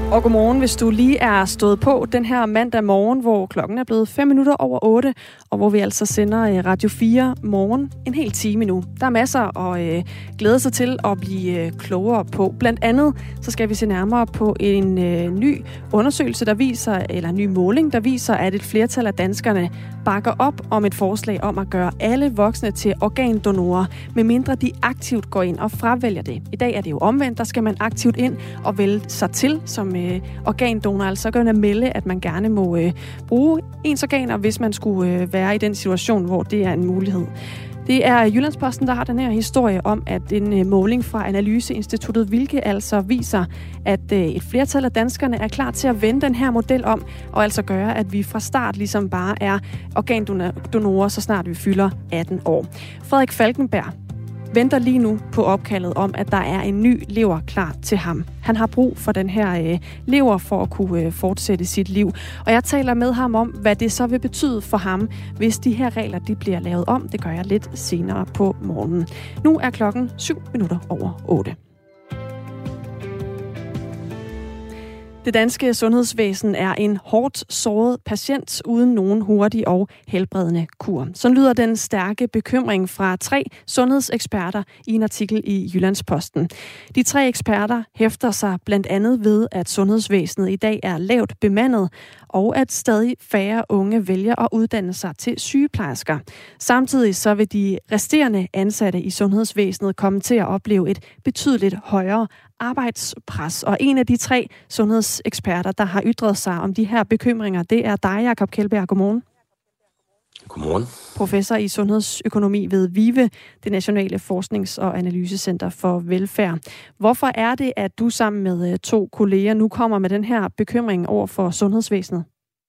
Og godmorgen, hvis du lige er stået på den her mandag morgen, hvor klokken er blevet 5 minutter over 8, og hvor vi altså sender Radio 4 morgen en hel time nu. Der er masser at glæde sig til at blive klogere på. Blandt andet så skal vi se nærmere på en ny undersøgelse, der viser, eller en ny måling, der viser, at et flertal af danskerne bakker op om et forslag om at gøre alle voksne til organdonorer, medmindre de aktivt går ind og fravælger det. I dag er det jo omvendt, der skal man aktivt ind og vælge sig til som organdonor, altså gøre at melde, at man gerne må bruge ens organer, hvis man skulle være i den situation, hvor det er en mulighed. Det er Jyllandsposten, der har den her historie om, at en måling fra Analyseinstituttet Wilke altså viser, at et flertal af danskerne er klar til at vende den her model om, og altså gøre, at vi fra start ligesom bare er organdonorer, så snart vi fylder 18 år. Frederik Falkenberg venter lige nu på opkaldet om, at der er en ny lever klar til ham. Han har brug for den her lever for at kunne fortsætte sit liv. Og jeg taler med ham om, hvad det så vil betyde for ham, hvis de her regler de bliver lavet om. Det gør jeg lidt senere på morgenen. Nu er klokken 7 minutter over 8. Det danske sundhedsvæsen er en hårdt såret patient uden nogen hurtig og helbredende kur. Sådan lyder den stærke bekymring fra 3 sundhedseksperter i en artikel i Jyllandsposten. De 3 eksperter hæfter sig blandt andet ved, at sundhedsvæsenet i dag er lavt bemandet, og at stadig færre unge vælger at uddanne sig til sygeplejersker. Samtidig så vil de resterende ansatte i sundhedsvæsenet komme til at opleve et betydeligt højere arbejdspres. Og en af de 3 sundhedseksperter, der har ytret sig om de her bekymringer, det er dig, Jakob Kjeldberg. Godmorgen. Godmorgen. Professor i sundhedsøkonomi ved VIVE, det nationale forsknings- og analysecenter for velfærd. Hvorfor er det, at du sammen med 2 kolleger nu kommer med den her bekymring over for sundhedsvæsenet?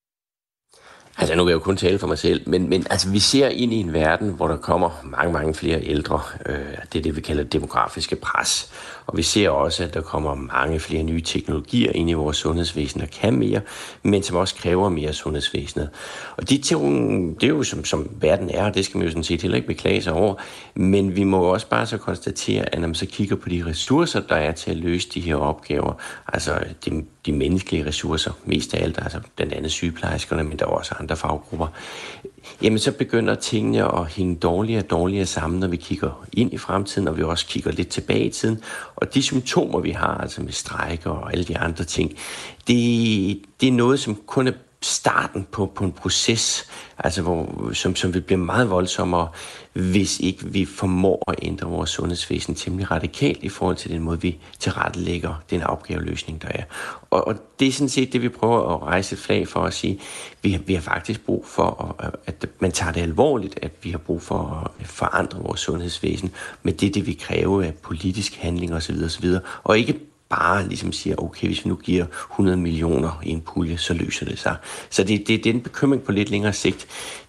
Altså, nu vil jeg jo kun tale for mig selv, men altså, vi ser ind i en verden, hvor der kommer mange flere ældre. Det er det, vi kalder demografiske pres. Og vi ser også, at der kommer mange flere nye teknologier ind i vores sundhedsvæsen, der kan mere, men som også kræver mere af sundhedsvæsenet. Og de ting, det er jo som verden er, og det skal man jo sådan set heller ikke beklage sig over. Men vi må også bare så konstatere, at når man så kigger på de ressourcer, der er til at løse de her opgaver, altså de menneskelige ressourcer, mest af alt, altså blandt andet sygeplejerskerne, men der er også andre faggrupper, jamen så begynder tingene at hænge dårligere og dårligere sammen, når vi kigger ind i fremtiden, og vi også kigger lidt tilbage i tiden. Og de symptomer, vi har, altså med strejker og alle de andre ting, det er noget, som kun er starten på en proces, altså som vil blive meget voldsommere, hvis ikke vi formår at ændre vores sundhedsvæsen temmelig radikalt i forhold til den måde, vi tilrettelægger den opgaveløsning, der er. Og det er sådan set det, vi prøver at rejse et flag for at sige, vi har faktisk brug for, at man tager det alvorligt, at vi har brug for at forandre vores sundhedsvæsen, men det vi kræver af politisk handling osv. Og ikke bare ligesom siger, okay, hvis vi nu giver 100 millioner i en pulje, så løser det sig. Så det er en bekymring på lidt længere sigt.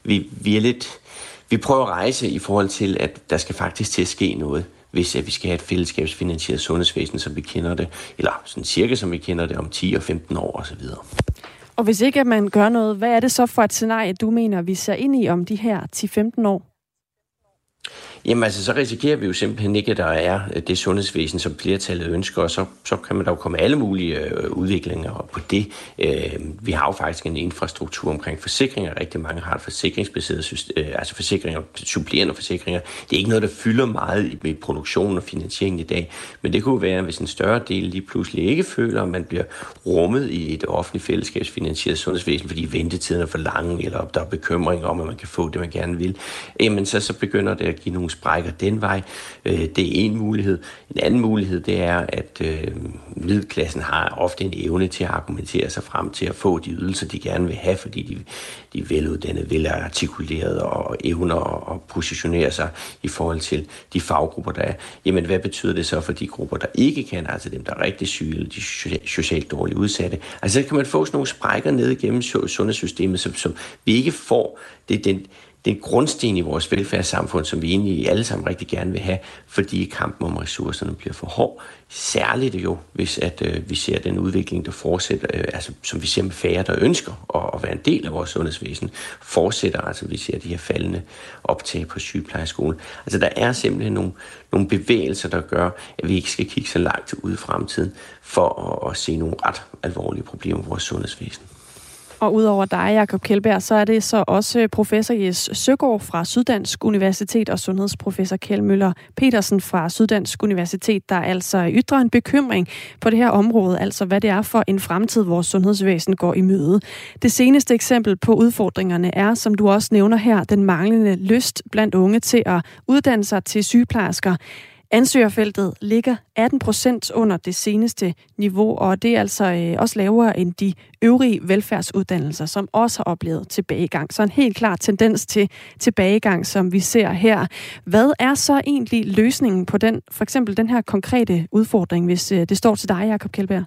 Vi prøver at rejse i forhold til, at der skal faktisk til at ske noget, hvis vi skal have et fællesskabsfinansieret sundhedsvæsen, som vi kender det, eller sådan cirka som vi kender det om 10 og 15 år osv. Og hvis ikke at man gør noget, hvad er det så for et scenarie, du mener, vi ser ind i om de her 10-15 år? Jamen altså, så risikerer vi jo simpelthen ikke, at der er det sundhedsvæsen, som flertallet ønsker, og så kan man da jo komme alle mulige udviklinger på det. Vi har jo faktisk en infrastruktur omkring forsikringer. Rigtig mange har et forsikringsbaseret altså forsikringer, supplerende forsikringer. Det er ikke noget, der fylder meget i produktionen og finansieringen i dag, men det kunne være, hvis en større del lige pludselig ikke føler, at man bliver rummet i et offentligt fællesskabsfinansieret sundhedsvæsen, fordi ventetiden er for lang, eller der er bekymring om, at man kan få det, man gerne vil. Jamen så begynder det at give nogle sprækker den vej. Det er en mulighed. En anden mulighed, det er, at middelklassen har ofte en evne til at argumentere sig frem til at få de ydelser, de gerne vil have, fordi de er veluddannede, velartikulerede og evner at positionere sig i forhold til de faggrupper, der er. Jamen, hvad betyder det så for de grupper, der ikke kan, altså dem, der er rigtig syge, eller de socialt dårligt udsatte? Altså, så kan man få sådan nogle sprækker ned igennem sundhedssystemet, som vi ikke får. Det det er en grundsten i vores velfærdssamfund, som vi egentlig alle sammen rigtig gerne vil have, fordi kampen om ressourcerne bliver for hård. Særligt jo, hvis vi ser den udvikling, der fortsætter, altså som vi ser med færre, der ønsker at være en del af vores sundhedsvæsen, fortsætter. Altså vi ser de her faldende optag på sygeplejeskolen. Altså der er simpelthen nogle bevægelser, der gør, at vi ikke skal kigge så langt ud i fremtiden for at se nogle ret alvorlige problemer i vores sundhedsvæsen. Og udover dig, Jakob Kjeldberg, så er det så også professor Jes Søgaard fra Syddansk Universitet og sundhedsprofessor Kjeld Møller Petersen fra Syddansk Universitet, der altså ytrer en bekymring på det her område, altså hvad det er for en fremtid, vores sundhedsvæsen går i møde. Det seneste eksempel på udfordringerne er, som du også nævner her, den manglende lyst blandt unge til at uddanne sig til sygeplejersker. Ansøgerfeltet ligger 18% under det seneste niveau, og det er altså også lavere end de øvrige velfærdsuddannelser, som også har oplevet tilbagegang. Så en helt klar tendens til tilbagegang, som vi ser her. Hvad er så egentlig løsningen på for eksempel den her konkrete udfordring, hvis det står til dig, Jakob Kjeldberg?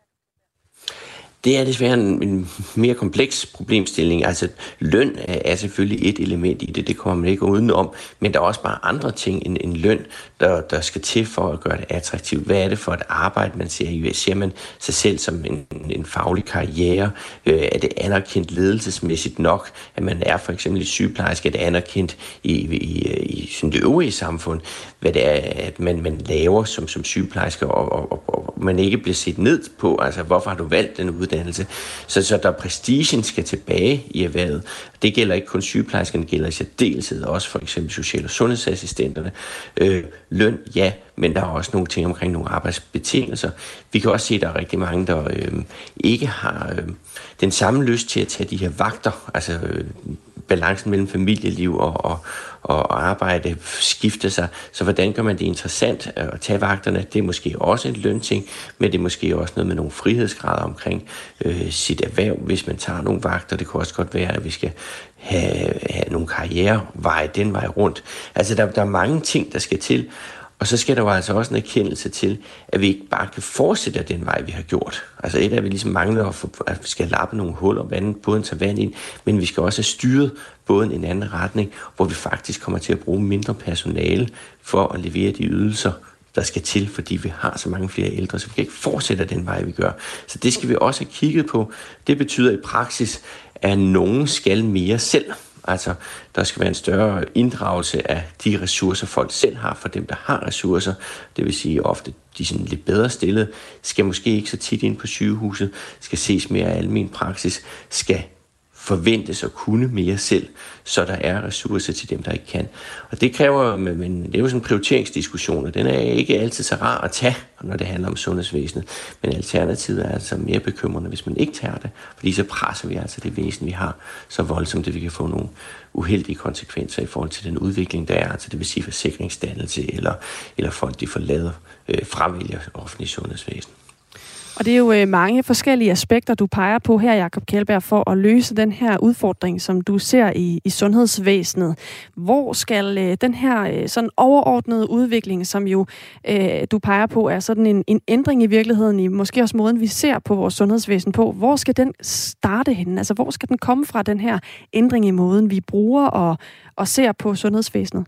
Det er desværre en mere kompleks problemstilling. Altså løn er selvfølgelig et element i det kommer man ikke udenom, men der er også bare andre ting end løn, der skal til for at gøre det attraktivt. Hvad er det for et arbejde, man ser i? Ser man sig selv som en faglig karriere? Er det anerkendt ledelsesmæssigt nok, at man er for eksempel sygeplejerske? Er det anerkendt i det øvrige samfund? Hvad det er, at man laver som sygeplejerske, og man ikke bliver set ned på? Altså hvorfor har du valgt den uddannelse? Så der prestigen skal tilbage i erhvervet. Det gælder ikke kun sygeplejerskerne, det gælder i særdeleshed også for eksempel social- og sundhedsassistenterne. Løn, ja, men der er også nogle ting omkring nogle arbejdsbetingelser. Vi kan også se, at der er rigtig mange, der ikke har den samme lyst til at tage de her vagter, altså balancen mellem familieliv og arbejde skifter sig. Så hvordan gør man det interessant at tage vagterne? Det er måske også en lønting, men det er måske også noget med nogle frihedsgrader omkring sit erhverv, hvis man tager nogle vagter. Det kunne også godt være, at vi skal have nogle karriereveje den vej rundt. Altså der er mange ting, der skal til. Og så skal der jo altså også en erkendelse til, at vi ikke bare kan fortsætte den vej, vi har gjort. Altså et af, vi ligesom mangler, at vi skal lappe nogle huller, båden tager vand ind, men vi skal også have styret båden i en anden retning, hvor vi faktisk kommer til at bruge mindre personale for at levere de ydelser, der skal til, fordi vi har så mange flere ældre, så vi kan ikke fortsætte den vej, vi gør. Så det skal vi også have kigget på. Det betyder i praksis, at nogen skal mere selv. Altså, der skal være en større inddragelse af de ressourcer, folk selv har, for dem, der har ressourcer. Det vil sige, ofte de sådan lidt bedre stillede, skal måske ikke så tit ind på sygehuset, skal ses mere af almen praksis, skal forventes at kunne mere selv, så der er ressourcer til dem, der ikke kan. Og det kræver, men det er jo sådan en prioriteringsdiskussion, og den er ikke altid så rar at tage, når det handler om sundhedsvæsenet. Men alternativet er altså mere bekymrende, hvis man ikke tager det, fordi så presser vi altså det væsen, vi har, så voldsomt, at vi kan få nogle uheldige konsekvenser i forhold til den udvikling, der er, altså det vil sige forsikringsdannelse, eller folk, de fravælger offentlig sundhedsvæsen. Og det er jo mange forskellige aspekter, du peger på her, Jakob Kjeldberg, for at løse den her udfordring, som du ser i sundhedsvæsenet. Hvor skal den her sådan overordnede udvikling, som jo du peger på, er sådan en ændring i virkeligheden, i måske også måden, vi ser på vores sundhedsvæsen på, hvor skal den starte henne? Altså, hvor skal den komme fra, den her ændring i måden, vi bruger og ser på sundhedsvæsenet?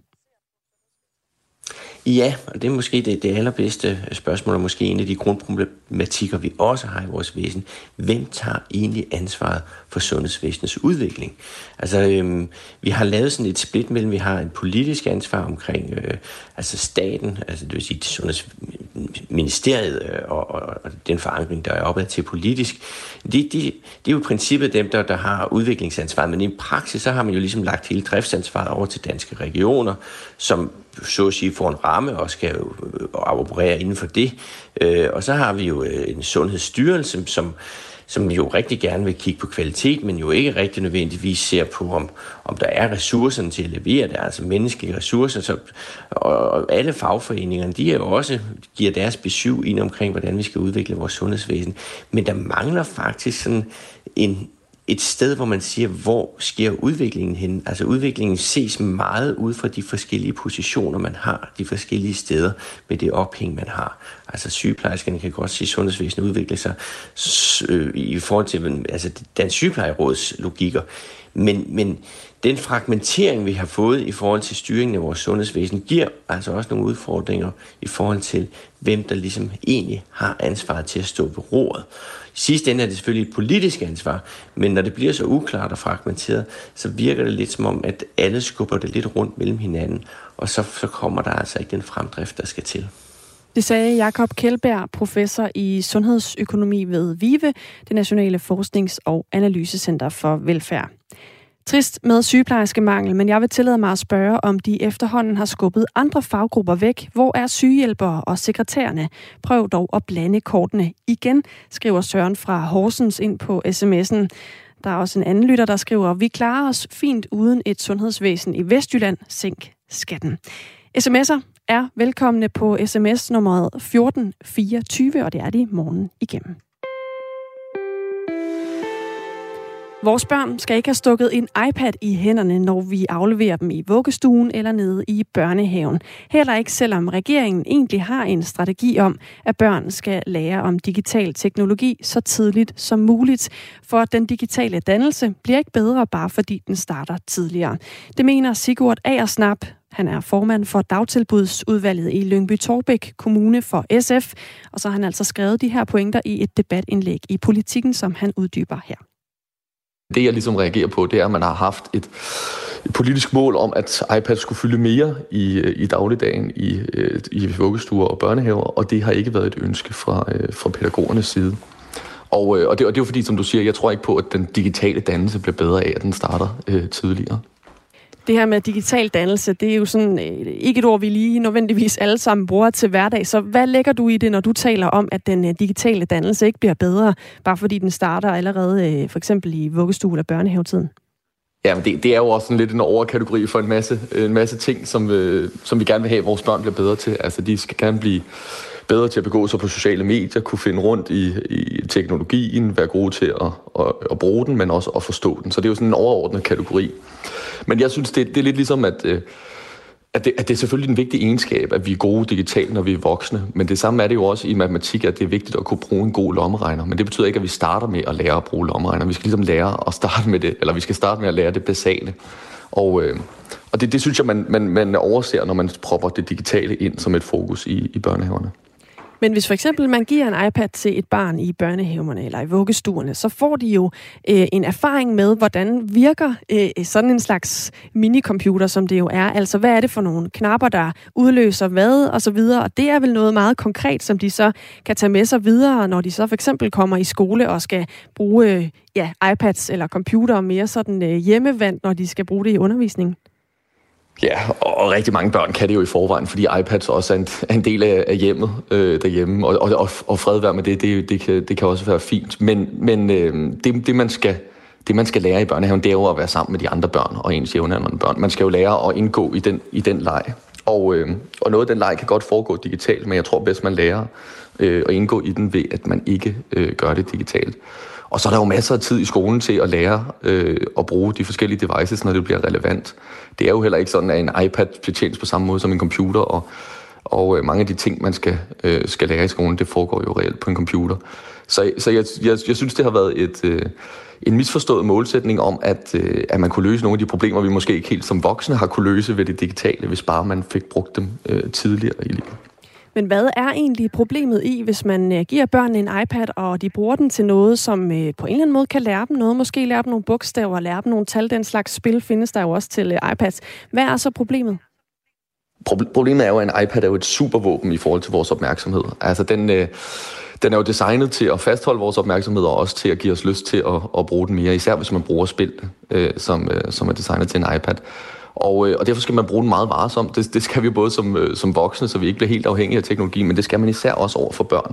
Ja, og det er måske det allerbedste spørgsmål, og måske en af de grundproblematikker, vi også har i vores væsen. Hvem tager egentlig ansvaret for sundhedsvæsenets udvikling? Altså, vi har lavet sådan et split mellem, vi har et politisk ansvar omkring staten, altså det vil sige Sundhedsministeriet og den forankring, der er opad til politisk. Det er jo i princippet dem, der har udviklingsansvaret, men i praksis så har man jo ligesom lagt hele driftsansvaret over til danske regioner, som så at sige får en ramme og skal operere inden for det. Og så har vi jo en sundhedsstyrelse, som jo rigtig gerne vil kigge på kvalitet, men jo ikke rigtig nødvendigvis ser på, om der er ressourcerne til at levere det, altså menneskelige ressourcer. Og alle fagforeningerne, de er jo også giver deres besøg ind omkring, hvordan vi skal udvikle vores sundhedsvæsen. Men der mangler faktisk sådan et sted, hvor man siger, hvor sker udviklingen hen? Altså udviklingen ses meget ud fra de forskellige positioner, man har, de forskellige steder med det ophæng, man har. Altså sygeplejerskerne kan godt sige, at sundhedsvæsenet udvikler sig i forhold til Dansk Sygeplejeråds logikker. Men den fragmentering, vi har fået i forhold til styringen af vores sundhedsvæsen, giver altså også nogle udfordringer i forhold til, hvem der ligesom egentlig har ansvaret til at stå ved roret. I sidste ende er det selvfølgelig et politisk ansvar, men når det bliver så uklart og fragmenteret, så virker det lidt som om, at alle skubber det lidt rundt mellem hinanden, og så kommer der altså ikke den fremdrift, der skal til. Det sagde Jakob Kjeldberg, professor i sundhedsøkonomi ved VIVE, det Nationale Forsknings- og Analysecenter for Velfærd. Trist med sygeplejerskemangel, men jeg vil tillade mig at spørge, om de efterhånden har skubbet andre faggrupper væk. Hvor er sygehjælpere og sekretærerne? Prøv dog at blande kortene igen, skriver Søren fra Horsens ind på sms'en. Der er også en anden lytter, der skriver, vi klarer os fint uden et sundhedsvæsen i Vestjylland. Sænk skatten. SMS'er er velkomne på sms nummeret 1424, og det er de morgen igennem. Vores børn skal ikke have stukket en iPad i hænderne, når vi afleverer dem i vuggestuen eller nede i børnehaven. Heller ikke selvom regeringen egentlig har en strategi om, at børn skal lære om digital teknologi så tidligt som muligt. For den digitale dannelse bliver ikke bedre, bare fordi den starter tidligere. Det mener Sigurd Agersnap. Han er formand for dagtilbudsudvalget i Lyngby-Taarbæk Kommune for SF. Og så har han altså skrevet de her pointer i et debatindlæg i Politikken, som han uddyber her. Det, jeg ligesom reagerer på, det er, at man har haft et politisk mål om, at iPad skulle fylde mere i dagligdagen i vuggestuer og børnehaver, og det har ikke været et ønske fra pædagogernes side. Og det er jo fordi, som du siger, jeg tror ikke på, at den digitale dannelse bliver bedre af, at den starter tidligere. Det her med digital dannelse, det er jo sådan ikke et ord, vi lige nødvendigvis alle sammen bruger til hverdag. Så hvad lægger du i det, når du taler om, at den digitale dannelse ikke bliver bedre, bare fordi den starter allerede for eksempel i vuggestue eller børnehavetiden? Ja, men det er jo også sådan lidt en overkategori for en masse ting, som vi gerne vil have, at vores børn bliver bedre til. Altså, de skal gerne blive bedre til at begå sig på sociale medier, kunne finde rundt i teknologien, være gode til at bruge den, men også at forstå den. Så det er jo sådan en overordnet kategori. Men jeg synes, det er lidt ligesom, at det er selvfølgelig en vigtig egenskab, at vi er gode digitalt, når vi er voksne. Men det samme er det jo også i matematik, at det er vigtigt at kunne bruge en god lommeregner. Men det betyder ikke, at vi starter med at lære at bruge lommeregner. Vi skal ligesom lære at starte med det, eller vi skal starte med at lære det basale. Og det synes jeg, man overser, når man propper det digitale ind som et fokus i børnehaverne. Men hvis for eksempel man giver en iPad til et barn i børnehaverne eller i vuggestuerne, så får de jo en erfaring med, hvordan virker sådan en slags minicomputer, som det jo er. Altså, hvad er det for nogle knapper, der udløser hvad, og så videre. Og det er vel noget meget konkret, som de så kan tage med sig videre, når de så for eksempel kommer i skole og skal bruge iPads eller computer mere sådan hjemmevandt, når de skal bruge det i undervisningen. Ja, og rigtig mange børn kan det jo i forvejen, fordi iPads også er en del af hjemmet derhjemme, og fred være med det kan også være fint. Men det man skal lære i børnehaven, det er jo at være sammen med de andre børn og ens jævnaldrende børn. Man skal jo lære at indgå i den leg. Og noget af den leg kan godt foregå digitalt, men jeg tror bedst, man lærer at indgå i den ved, at man ikke gør det digitalt. Og så er der jo masser af tid i skolen til at lære at bruge de forskellige devices, når det bliver relevant. Det er jo heller ikke sådan, at en iPad betjenes på samme måde som en computer, og mange af de ting, man skal lære i skolen, det foregår jo reelt på en computer. Så jeg synes, det har været en misforstået målsætning om, at man kunne løse nogle af de problemer, vi måske ikke helt som voksne har kunne løse ved det digitale, hvis bare man fik brugt dem tidligere i livet. Men hvad er egentlig problemet i, hvis man giver børnene en iPad, og de bruger den til noget, som på en eller anden måde kan lære dem noget? Måske lære dem nogle bogstaver, lære dem nogle tal. Den slags spil findes der jo også til iPads. Hvad er så problemet? Problemet er jo, at en iPad er jo et supervåben i forhold til vores opmærksomhed. Altså den er jo designet til at fastholde vores opmærksomhed, og også til at give os lyst til at bruge den mere, især hvis man bruger spil, som er designet til en iPad. Og derfor skal man bruge den meget varsomt. Det skal vi både som voksne, så vi ikke bliver helt afhængige af teknologi, men det skal man især også over for børn.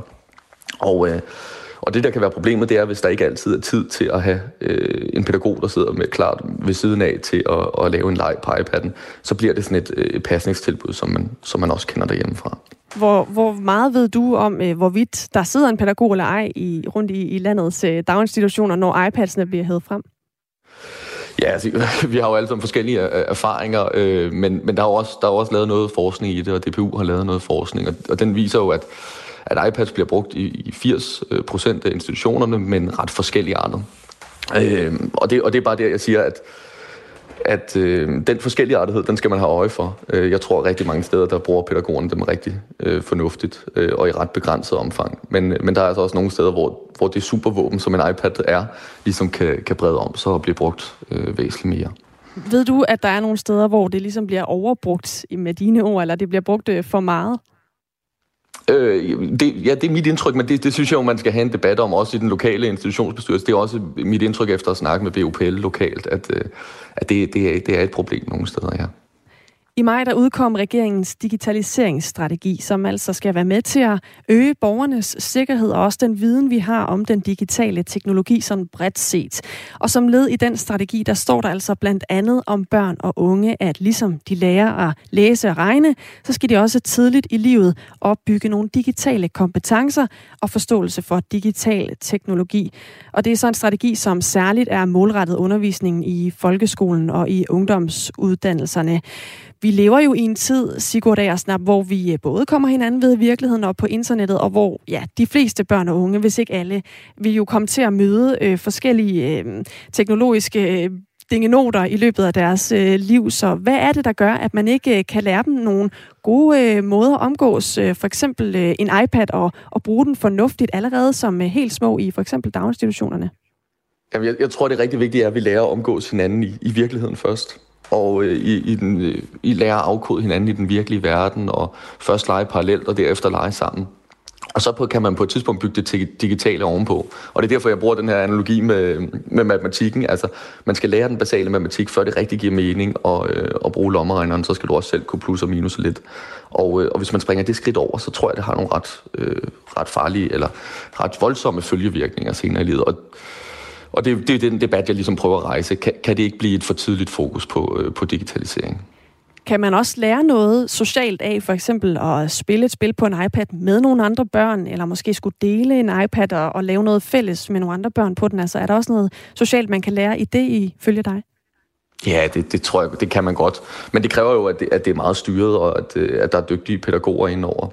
Og det, der kan være problemet, det er, hvis der ikke altid er tid til at have en pædagog, der sidder med klart ved siden af til at lave en leg på iPad'en, så bliver det sådan et pasningstilbud, som man også kender derhjemmefra. Hvor meget ved du om, hvorvidt der sidder en pædagog eller ej rundt i landets daginstitutioner, når iPads'ene bliver hævet frem? Ja, altså, vi har jo alle sammen forskellige erfaringer, men der er jo også lavet noget forskning i det, og DPU har lavet noget forskning, og den viser jo, at iPads bliver brugt i 80% af institutionerne, men ret forskellige andre. Og det er bare det, jeg siger, at den forskelligartighed, den skal man have øje for. Jeg tror rigtig mange steder, der bruger pædagogerne dem rigtig fornuftigt og i ret begrænset omfang. Men der er altså også nogle steder, hvor det supervåben, som en iPad er, ligesom kan brede om sig og blive brugt væsentligt mere. Ved du, at der er nogle steder, hvor det ligesom bliver overbrugt med dine ord, eller det bliver brugt for meget? Det er mit indtryk, men det synes jeg jo, man skal have en debat om, også i den lokale institutionsbestyrelse. Det er også mit indtryk efter at snakke med BUPL lokalt, at det er et problem nogle steder, ja. I maj der udkom regeringens digitaliseringsstrategi, som altså skal være med til at øge borgernes sikkerhed og også den viden, vi har om den digitale teknologi sådan bredt set. Og som led i den strategi, der står der altså blandt andet om børn og unge, at ligesom de lærer at læse og regne, så skal de også tidligt i livet opbygge nogle digitale kompetencer og forståelse for digital teknologi. Og det er så en strategi, som særligt er målrettet undervisningen i folkeskolen og i ungdomsuddannelserne. Vi lever jo i en tid, Sigurd Agersnap, hvor vi både kommer hinanden ved i virkeligheden og på internettet, og hvor de fleste børn og unge, hvis ikke alle, vil jo komme til at møde forskellige teknologiske dingenoter i løbet af deres liv. Så hvad er det, der gør, at man ikke kan lære dem nogle gode måder at omgås, for eksempel en iPad, og bruge den fornuftigt allerede som helt små i for eksempel daginstitutionerne? Jamen, jeg tror, det er rigtig vigtigt, at vi lærer at omgås hinanden i virkeligheden først. Og I lærer at afkode hinanden i den virkelige verden, og først lege parallelt, og derefter lege sammen. Og så kan man på et tidspunkt bygge det digitale ovenpå. Og det er derfor, jeg bruger den her analogi med matematikken. Altså, man skal lære den basale matematik, før det rigtig giver mening at bruge lommeregneren. Så skal du også selv kunne plus og minus lidt. Og hvis man springer det skridt over, så tror jeg, det har nogle ret farlige eller ret voldsomme følgevirkninger senere i livet. Og det er den debat, jeg ligesom prøver at rejse. Kan det ikke blive et for tidligt fokus på digitalisering? Kan man også lære noget socialt af, for eksempel at spille et spil på en iPad med nogle andre børn, eller måske skulle dele en iPad og lave noget fælles med nogle andre børn på den? Altså, er der også noget socialt, man kan lære i det, ifølge dig? Ja, det tror jeg, det kan man godt. Men det kræver jo, at det er meget styret, og at der er dygtige pædagoger indover.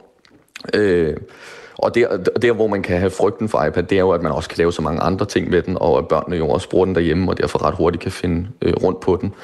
Og der, hvor man kan have frygten for iPad, det er jo, at man også kan lave så mange andre ting med den, og at børnene jo også bruger den derhjemme, og derfor ret hurtigt kan finde rundt på den.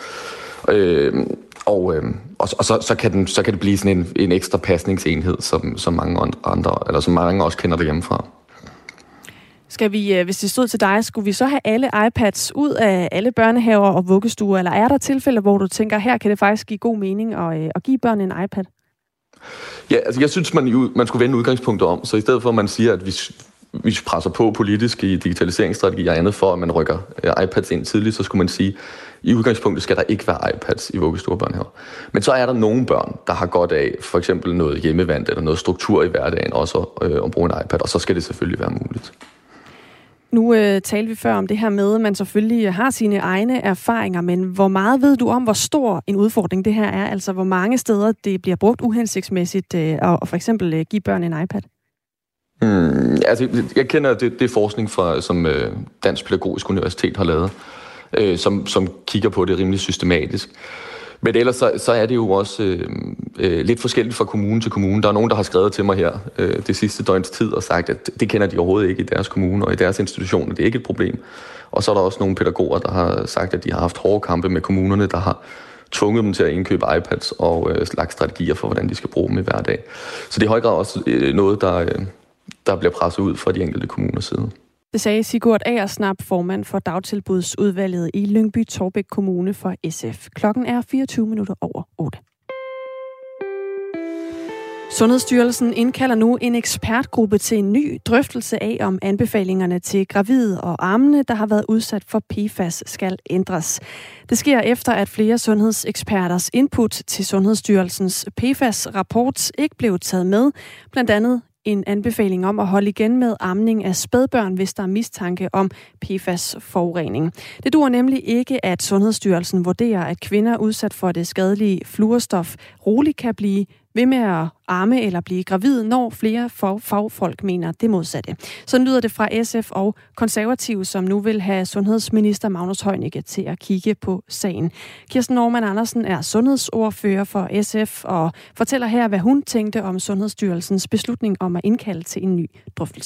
Og så kan det blive sådan en ekstra pasningsenhed, som mange andre, eller som mange også kender derhjemmefra. Skal vi, hvis det stod til dig, skulle vi så have alle iPads ud af alle børnehaver og vuggestuer, eller er der tilfælde, hvor du tænker, her kan det faktisk give god mening at give børn en iPad? Ja, altså jeg synes, man skulle vende udgangspunktet om, så i stedet for, at man siger, at vi presser på politisk i digitaliseringsstrategier og andet for, at man rykker iPads ind tidligt, så skulle man sige, i udgangspunktet skal der ikke være iPads i vuggestuer og børnehaver. Men så er der nogle børn, der har godt af for eksempel noget hjemmevand eller noget struktur i hverdagen også at bruge en iPad, og så skal det selvfølgelig være muligt. Nu talte vi før om det her med, at man selvfølgelig har sine egne erfaringer, men hvor meget ved du om, hvor stor en udfordring det her er? Altså, hvor mange steder det bliver brugt uhensigtsmæssigt at for eksempel give børn en iPad? Altså, jeg kender det forskning som Dansk Pædagogisk Universitet har lavet, som kigger på det rimelig systematisk. Men ellers så er det jo også lidt forskelligt fra kommune til kommune. Der er nogen, der har skrevet til mig her det sidste døgns tid og sagt, at det kender de overhovedet ikke i deres kommune og i deres institutioner. Det er ikke et problem. Og så er der også nogle pædagoger, der har sagt, at de har haft hårde kampe med kommunerne, der har tvunget dem til at indkøbe iPads og lagt strategier for, hvordan de skal bruge dem i hverdag. Så det er i høj grad også noget, der bliver presset ud fra de enkelte kommuners side. Det sagde Sigurd Agersnap, formand for dagtilbudsudvalget i Lyngby-Taarbæk Kommune for SF. Klokken er 8:24. Sundhedsstyrelsen indkalder nu en ekspertgruppe til en ny drøftelse af, om anbefalingerne til gravide og ammende, der har været udsat for PFAS, skal ændres. Det sker efter, at flere sundhedseksperters input til Sundhedsstyrelsens PFAS-rapport ikke blev taget med, blandt andet en anbefaling om at holde igen med amning af spædbørn, hvis der er mistanke om PFAS-forurening. Det duer nemlig ikke, at Sundhedsstyrelsen vurderer, at kvinder udsat for det skadelige fluorstof roligt kan blive ved med at amme eller blive gravid, når flere fagfolk mener det modsatte. Så lyder det fra SF og Konservative, som nu vil have sundhedsminister Magnus Heunicke til at kigge på sagen. Kirsten Normann Andersen er sundhedsordfører for SF og fortæller her, hvad hun tænkte om Sundhedsstyrelsens beslutning om at indkalde til en ny drøftelse.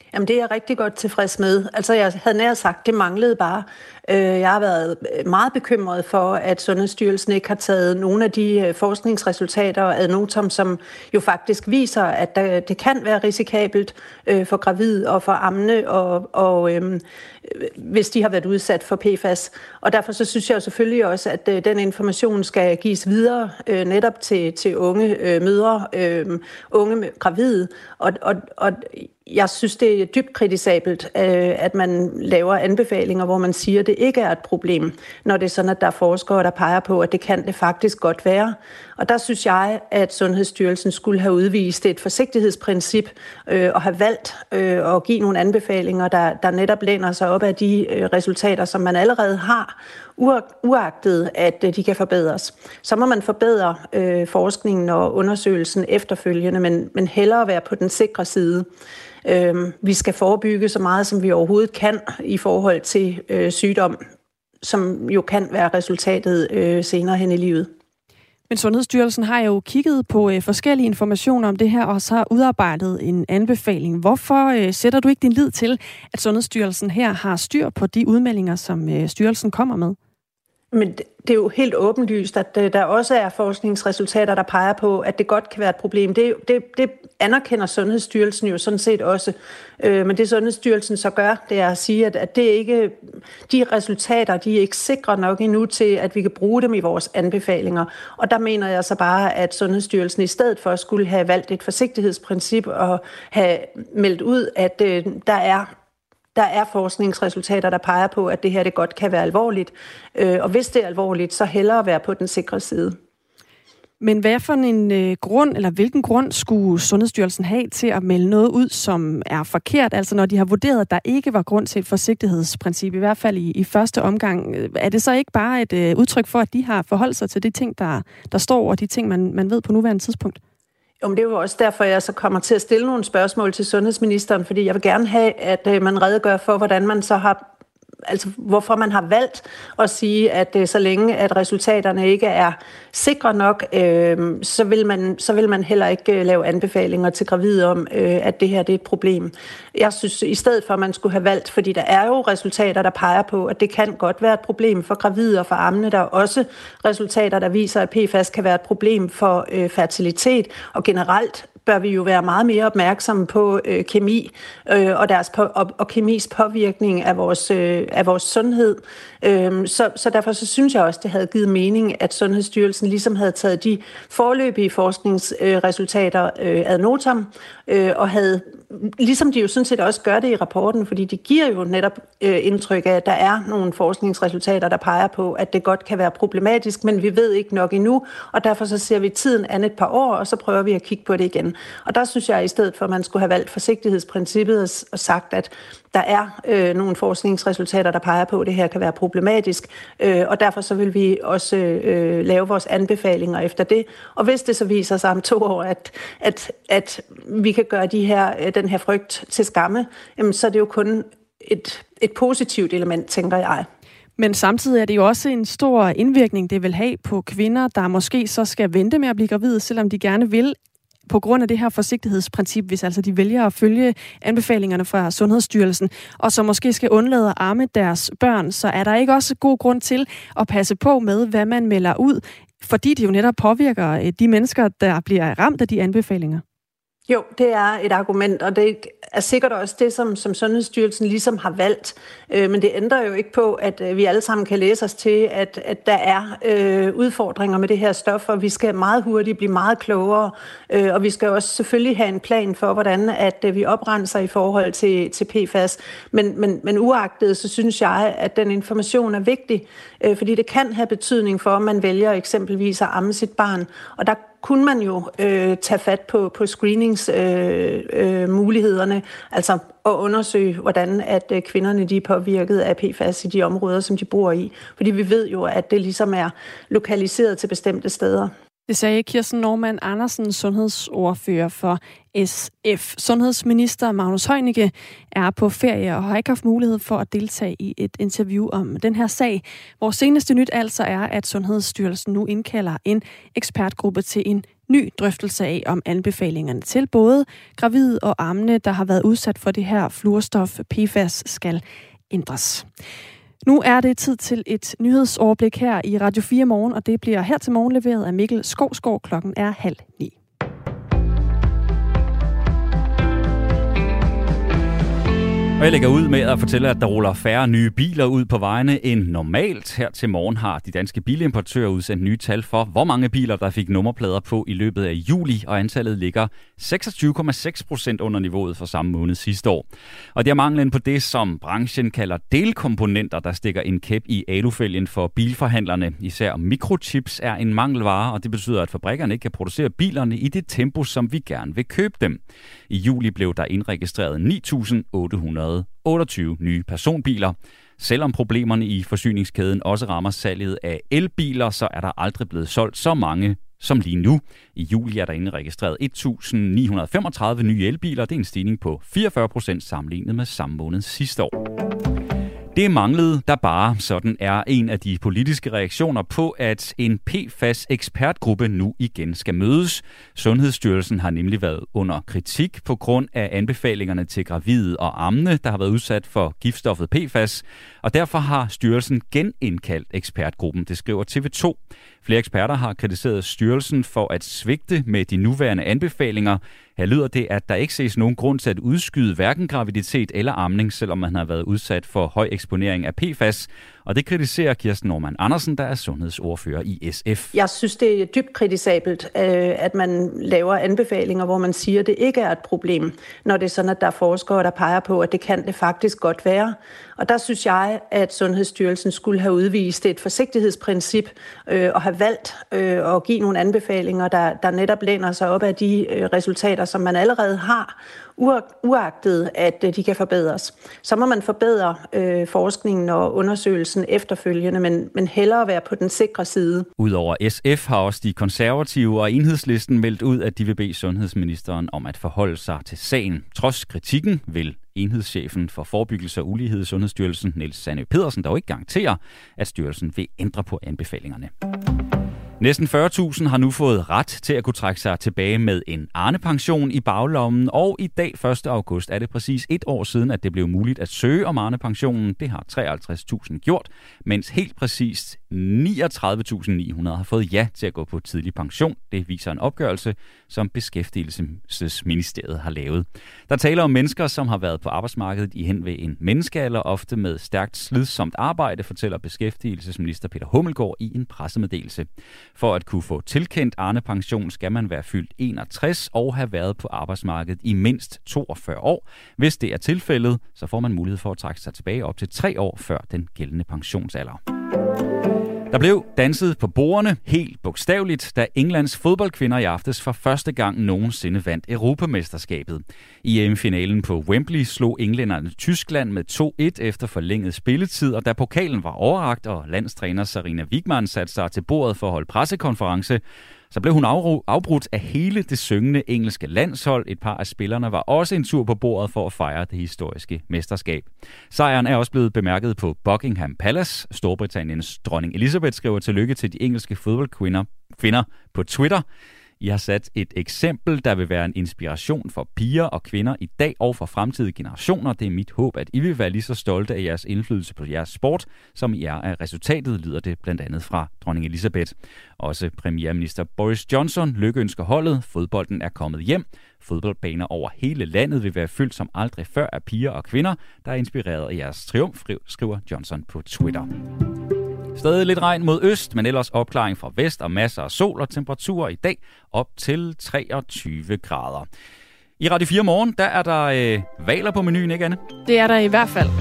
Jamen, det er jeg rigtig godt tilfreds med. Altså, jeg havde nær sagt, det manglede bare. Jeg har været meget bekymret for, at Sundhedsstyrelsen ikke har taget nogle af de forskningsresultater ad notam, som jo faktisk viser, at det kan være risikabelt for gravide og for ammende, og hvis de har været udsat for PFAS. Og derfor så synes jeg selvfølgelig også, at den information skal gives videre netop til unge mødre, unge gravide. Og jeg synes, det er dybt kritisabelt, at man laver anbefalinger, hvor man siger, at det ikke er et problem, når det er sådan, at der er forskere, der peger på, at det kan det faktisk godt være. Og der synes jeg, at Sundhedsstyrelsen skulle have udvist et forsigtighedsprincip og have valgt at give nogle anbefalinger, der netop læner sig op af de resultater, som man allerede har, uagtet at de kan forbedres. Så må man forbedre forskningen og undersøgelsen efterfølgende, men hellere være på den sikre side. Vi skal forebygge så meget, som vi overhovedet kan i forhold til sygdom, som jo kan være resultatet senere hen i livet. Men Sundhedsstyrelsen har jo kigget på forskellige informationer om det her, og så har udarbejdet en anbefaling. Hvorfor sætter du ikke din lid til, at Sundhedsstyrelsen her har styr på de udmeldinger, som styrelsen kommer med? Men det er jo helt åbenlyst, at der også er forskningsresultater, der peger på, at det godt kan være et problem. Det anerkender Sundhedsstyrelsen jo sådan set også. Men det Sundhedsstyrelsen så gør, det er at sige, at det ikke, de resultater, de er ikke sikre nok endnu til, at vi kan bruge dem i vores anbefalinger. Og der mener jeg så bare, at Sundhedsstyrelsen i stedet for skulle have valgt et forsigtighedsprincip og have meldt ud, at der er forskningsresultater, der peger på, at det her det godt kan være alvorligt. Og hvis det er alvorligt, så hellere være på den sikre side. Men hvad for en grund, eller hvilken grund skulle Sundhedsstyrelsen have til at melde noget ud, som er forkert? Altså når de har vurderet, at der ikke var grund til et forsigtighedsprincip, i hvert fald i første omgang. Er det så ikke bare et udtryk for, at de har forholdt sig til de ting, der står, og de ting, man ved på nuværende tidspunkt? Jo, men det er jo også derfor, jeg så kommer til at stille nogle spørgsmål til sundhedsministeren, fordi jeg vil gerne have, at man redegør for, hvordan man så har, altså hvorfor man har valgt at sige, at så længe at resultaterne ikke er sikre nok, så vil man heller ikke lave anbefalinger til gravide om, at det her det er et problem. Jeg synes i stedet for, at man skulle have valgt, fordi der er jo resultater, der peger på, at det kan godt være et problem for gravide og for ammende. Der er også resultater, der viser, at PFAS kan være et problem for fertilitet, og generelt bør vi jo være meget mere opmærksomme på kemi og kemis påvirkning af vores sundhed. Så derfor så synes jeg også, det havde givet mening, at Sundhedsstyrelsen ligesom havde taget de foreløbige forskningsresultater ad notam, og havde, ligesom de jo sådan set også gør det i rapporten, fordi de giver jo netop indtryk af, at der er nogle forskningsresultater, der peger på, at det godt kan være problematisk, men vi ved ikke nok endnu, og derfor så ser vi tiden an et par år, og så prøver vi at kigge på det igen. Og der synes jeg i stedet for, at man skulle have valgt forsigtighedsprincippet og sagt, at der er nogle forskningsresultater, der peger på, at det her kan være problematisk, og derfor så vil vi også lave vores anbefalinger efter det. Og hvis det så viser sig om 2 år, at vi kan gøre den her frygt til skamme, så er det jo kun et positivt element, tænker jeg. Men samtidig er det jo også en stor indvirkning, det vil have på kvinder, der måske så skal vente med at blive gravide, selvom de gerne vil, på grund af det her forsigtighedsprincip, hvis altså de vælger at følge anbefalingerne fra Sundhedsstyrelsen, og så måske skal undlade at amme deres børn, så er der ikke også god grund til at passe på med, hvad man melder ud, fordi det jo netop påvirker de mennesker, der bliver ramt af de anbefalinger. Jo, det er et argument, og det er sikkert også det, som Sundhedsstyrelsen ligesom har valgt. Men det ændrer jo ikke på, at vi alle sammen kan læse os til, at der er udfordringer med det her stof, og vi skal meget hurtigt blive meget klogere. Og vi skal også selvfølgelig have en plan for, hvordan at vi oprenser i forhold til PFAS. Men uagtet, så synes jeg, at den information er vigtig, fordi det kan have betydning for, om man vælger eksempelvis at amme sit barn. Og der kunne man jo tage fat på screeningsmulighederne, altså at undersøge, hvordan at kvinderne de er påvirket af PFAS i de områder, som de bor i. Fordi vi ved jo, at det ligesom er lokaliseret til bestemte steder. Det sagde Kirsten Normann Andersen, sundhedsordfører for SF. Sundhedsminister Magnus Heunicke er på ferie og har ikke haft mulighed for at deltage i et interview om den her sag. Vores seneste nyt altså er, at Sundhedsstyrelsen nu indkalder en ekspertgruppe til en ny drøftelse af, om anbefalingerne til både gravide og ammende, der har været udsat for det her fluorstof PFAS, skal ændres. Nu er det tid til et nyhedsoverblik her i Radio 4 Morgen, og det bliver her til morgen leveret af Mikkel Skovsgaard. Klokken er 8:30. Og jeg lægger ud med at fortælle, at der ruller færre nye biler ud på vejene end normalt. Her til morgen har de danske bilimportører udsendt nye tal for, hvor mange biler, der fik nummerplader på i løbet af juli, og antallet ligger 26,6% under niveauet for samme måned sidste år. Og det er manglen på det, som branchen kalder delkomponenter, der stikker en kæp i alufælgen for bilforhandlerne. Især mikrochips er en mangelvare, og det betyder, at fabrikkerne ikke kan producere bilerne i det tempo, som vi gerne vil købe dem. I juli blev der indregistreret 9.828 nye personbiler. Selvom problemerne i forsyningskæden også rammer salget af elbiler, så er der aldrig blevet solgt så mange som lige nu. I juli er der indregistreret 1.935 nye elbiler. Det er en stigning på 44% sammenlignet med samme måned sidste år. Det manglede der bare, sådan er en af de politiske reaktioner på, at en PFAS-ekspertgruppe nu igen skal mødes. Sundhedsstyrelsen har nemlig været under kritik på grund af anbefalingerne til gravide og ammende, der har været udsat for giftstoffet PFAS, og derfor har styrelsen genindkaldt ekspertgruppen, det skriver TV2. Flere eksperter har kritiseret styrelsen for at svigte med de nuværende anbefalinger. Her lyder det, at der ikke ses nogen grund til at udskyde hverken graviditet eller amning, selvom man har været udsat for høj eksponering af PFAS. Og det kritiserer Kirsten Normann Andersen, der er sundhedsordfører i SF. Jeg synes, det er dybt kritisabelt, at man laver anbefalinger, hvor man siger, at det ikke er et problem, når det er sådan, at der er forskere, der peger på, at det kan det faktisk godt være. Og der synes jeg, at Sundhedsstyrelsen skulle have udvist et forsigtighedsprincip og have valgt at give nogle anbefalinger, der netop læner sig op af de resultater, som man allerede har, uagtet at de kan forbedres. Så må man forbedre forskningen og undersøgelsen efterfølgende, men hellere være på den sikre side. Udover SF har også de konservative og Enhedslisten meldt ud, at de vil bede sundhedsministeren om at forholde sig til sagen. Trods kritikken vil enhedschefen for forebyggelse og ulighed i Sundhedsstyrelsen, Niels Sandø Pedersen, dog ikke garantere, at styrelsen vil ændre på anbefalingerne. Næsten 40.000 har nu fået ret til at kunne trække sig tilbage med en Arne-pension i baglommen, og i dag 1. august er det præcis et år siden, at det blev muligt at søge om Arne-pensionen. Det har 53.000 gjort, mens helt præcist 39.900 har fået ja til at gå på tidlig pension. Det viser en opgørelse, som Beskæftigelsesministeriet har lavet. Der taler om mennesker, som har været på arbejdsmarkedet i hen ved en menneskealder, ofte med stærkt slidsomt arbejde, fortæller Beskæftigelsesminister Peter Hummelgaard i en pressemeddelelse. For at kunne få tilkendt Arne-pension skal man være fyldt 61 og have været på arbejdsmarkedet i mindst 42 år. Hvis det er tilfældet, så får man mulighed for at trække sig tilbage op til 3 år før den gældende pensionsalder. Der blev danset på bordene helt bogstaveligt, da Englands fodboldkvinder i aftes for første gang nogensinde vandt Europamesterskabet. I EM-finalen på Wembley slog englænderne Tyskland med 2-1 efter forlænget spilletid, og da pokalen var overrakt, og landstræner Sarina Wiegman satte sig til bordet for at holde pressekonference, så blev hun afbrudt af hele det syngende engelske landshold. Et par af spillerne var også en tur på bordet for at fejre det historiske mesterskab. Sejren er også blevet bemærket på Buckingham Palace. Storbritanniens dronning Elizabeth skriver tillykke til de engelske fodboldkvinder på Twitter. I har sat et eksempel, der vil være en inspiration for piger og kvinder i dag og for fremtidige generationer. Det er mit håb, at I vil være lige så stolte af jeres indflydelse på jeres sport, som I er af resultatet, lyder det blandt andet fra dronning Elizabeth. Også premierminister Boris Johnson lykønsker holdet. Fodbolden er kommet hjem. Fodboldbaner over hele landet vil være fyldt som aldrig før af piger og kvinder, der er inspireret af jeres triumf, skriver Johnson på Twitter. Stadig lidt regn mod øst, men ellers opklaring fra vest og masser af sol og temperaturer i dag op til 23 grader. I Radio 4 Morgen, der er der hvaler på menuen, ikke Anne? Det er der i hvert fald.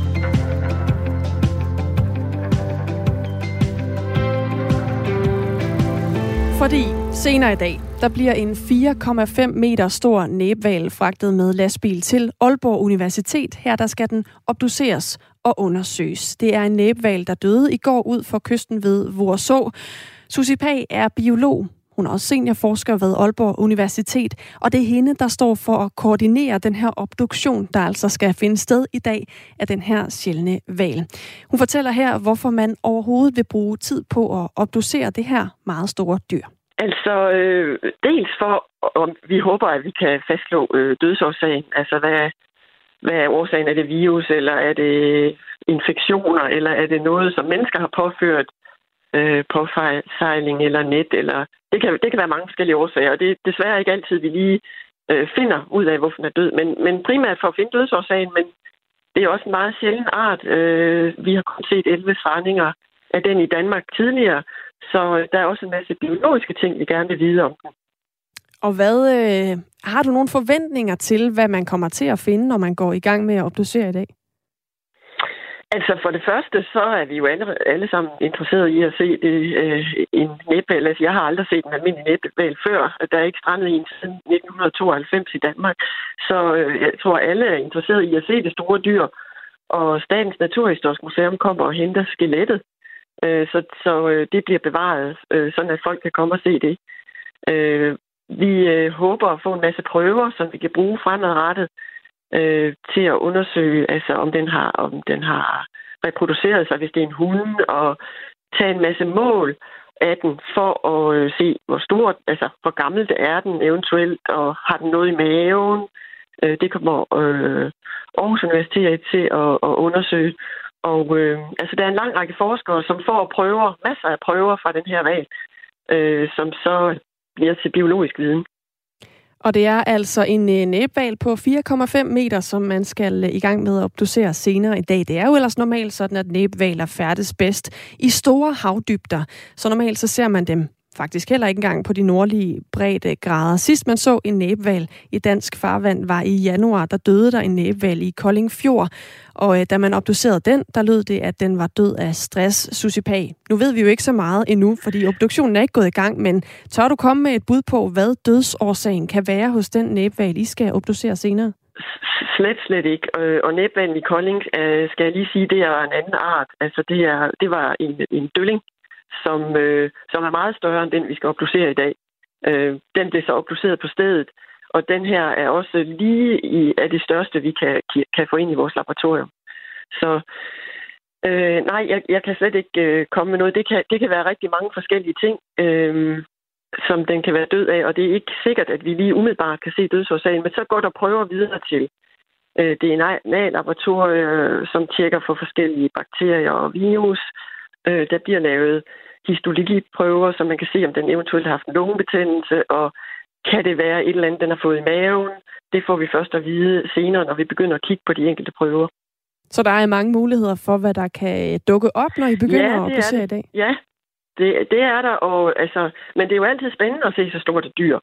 Fordi senere i dag, der bliver en 4,5 meter stor næbhval fragtet med lastbil til Aalborg Universitet. Her der skal den obduceres og undersøges. Det er en næbhval, der døde i går ud for kysten ved Voerså. Susie Pagh er biolog. Hun er også seniorforsker ved Aalborg Universitet, og det er hende, der står for at koordinere den her obduktion, der altså skal finde sted i dag af den her sjældne hval. Hun fortæller her, hvorfor man overhovedet vil bruge tid på at obducere det her meget store dyr. Altså, dels for, om vi håber, at vi kan fastslå dødsårsagen. Altså, hvad er årsagen? Er det virus, eller er det infektioner, eller er det noget, som mennesker har påført? Påsejling eller net, eller det kan være mange forskellige årsager, og det er desværre ikke altid, vi lige finder ud af, hvorfor den er død, men primært for at finde dødsårsagen, men det er også en meget sjælden art. Vi har kun set 11 strandinger af den i Danmark tidligere, så der er også en masse biologiske ting, vi gerne vil vide om den. Og har du nogle forventninger til, hvad man kommer til at finde, når man går i gang med at obducere i dag? Altså for det første, så er vi jo alle sammen interesserede i at se en næbhval. Altså jeg har aldrig set en almindelig næbhval før. Der er ikke strandet en siden 1992 i Danmark. Så jeg tror, alle er interesserede i at se det store dyr. Og Statens Naturhistoriske Museum kommer og henter skelettet. Så det bliver bevaret, sådan at folk kan komme og se det. Vi håber at få en masse prøver, som vi kan bruge fremadrettet. Til at undersøge, altså om den har reproduceret sig, hvis det er en hund, og tage en masse mål af den for at se, hvor stort, altså hvor gammel det er den eventuelt, og har den noget i maven. Det kommer Aarhus Universitet til at undersøge. Og altså der er en lang række forskere, som får masser af prøver fra den her hval, som så bliver til biologisk viden. Og det er altså en næbhval på 4,5 meter, som man skal i gang med at obducere senere i dag. Det er jo ellers normalt sådan, at næbhvaler færdes bedst i store havdybder. Så normalt så ser man dem faktisk heller ikke engang på de nordlige breddegrader. Sidst man så en næbhval i dansk farvand var i januar. Der døde der en næbhval i Kolding Fjord. Og da man obducerede den, der lød det, at den var død af stress, susipag. Nu ved vi jo ikke så meget endnu, fordi obduktionen er ikke gået i gang, men tør du komme med et bud på, hvad dødsårsagen kan være hos den næbhval, I skal obducere senere? Slet ikke. Og næbhvalen i Kolding, skal jeg lige sige, det er en anden art. Altså det var en dølling, som er meget større end den, vi skal obducere i dag. Den blev så obduceret på stedet, og den her er også lige af det største, vi kan få ind i vores laboratorium. Så nej, jeg kan slet ikke komme med noget. Det kan være rigtig mange forskellige ting, som den kan være død af, og det er ikke sikkert, at vi lige umiddelbart kan se dødsårsagen, men så går der prøver videre til DNA-laboratorier, som tjekker for forskellige bakterier og virus. Der bliver lavet histologiprøver, så man kan se, om den eventuelt har haft en lungebetændelse, og kan det være et eller andet, den har fået i maven. Det får vi først at vide senere, når vi begynder at kigge på de enkelte prøver. Så der er mange muligheder for, hvad der kan dukke op, når I begynder at obducere i dag? Ja, det er der, men det er jo altid spændende at se så stort et dyr,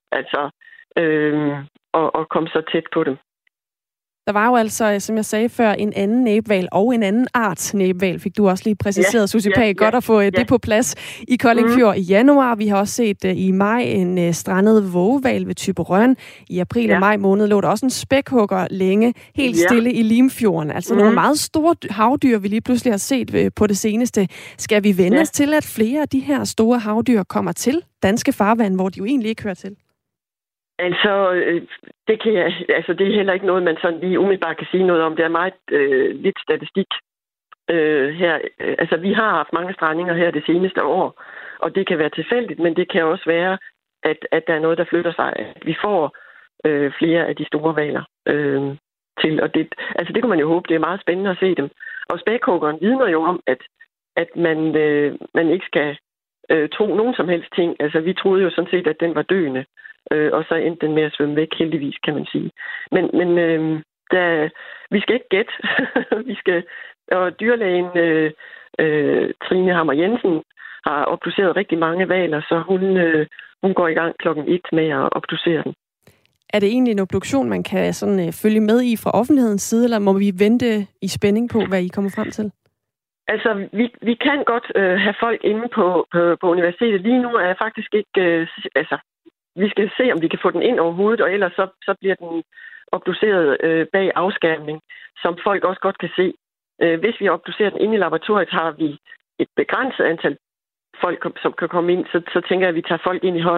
og komme så tæt på dem. Der var jo altså, som jeg sagde før, en anden næbhval og en anden art næbhval, fik du også lige præciseret, Susipag. Godt at få det på plads i Kolding Fjord i januar. Vi har også set i maj en strandet vågehval ved Thyborøn. I april og maj måned lå der også en spækhugger længe, helt stille i Limfjorden. Altså nogle meget store havdyr, vi lige pludselig har set på det seneste. Skal vi vende os til, at flere af de her store havdyr kommer til danske farvand, hvor de jo egentlig ikke hører til? Altså, det er heller ikke noget, man sådan lige umiddelbart kan sige noget om. Det er meget lidt statistik her. Altså, vi har haft mange strandinger her det seneste år, og det kan være tilfældigt, men det kan også være, at der er noget, der flytter sig. Vi får flere af de store hvaler til, og det kan man jo håbe. Det er meget spændende at se dem. Og spækhuggeren vidner jo om, at man ikke skal tro nogen som helst ting. Altså, vi troede jo sådan set, at den var døende. Og så endte den med at svømme væk, heldigvis, kan man sige. Men vi skal ikke gætte. Og dyrlægen Trine Hammer Jensen har obduceret rigtig mange hvaler, så hun går i gang 1:00 med at obducere den. Er det egentlig en obduktion, man kan sådan følge med i fra offentlighedens side, eller må vi vente i spænding på, hvad I kommer frem til? Altså, vi kan godt have folk inde på universitetet. Lige nu er jeg faktisk ikke... vi skal se, om vi kan få den ind over hovedet, og ellers så bliver den obduceret bag afskærmning, som folk også godt kan se. Hvis vi obducerer den inde i laboratoriet, har vi et begrænset antal folk, som kan komme ind, så tænker jeg, at vi tager folk ind i hold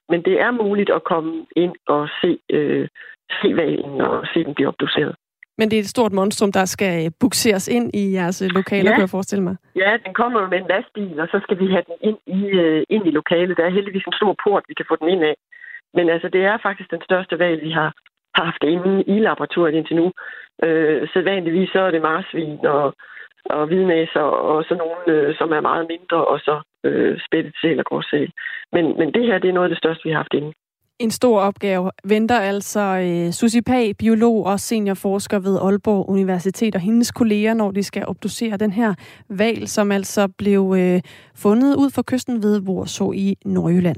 Men det er muligt at komme ind og se hvalen og se den blive obduceret. Men det er et stort monstrum, der skal bukseres ind i jeres lokaler, kan jeg forestille mig. Ja, den kommer med en lastbil, og så skal vi have den ind i lokalet. Der er heldigvis en stor port, vi kan få den ind af. Men altså, det er faktisk den største hval, vi har haft inde i laboratoriet indtil nu. Sædvanligvis så er det marsvin og hvidnæser og så nogle, som er meget mindre, og så spættet sæl og gråsæl. Men det her, det er noget af det største, vi har haft inde. En stor opgave venter altså Susie Pagh, biolog og seniorforsker ved Aalborg Universitet, og hendes kolleger, når de skal obducere den her hval, som altså blev fundet ud for kysten ved Vorså i Nordjylland.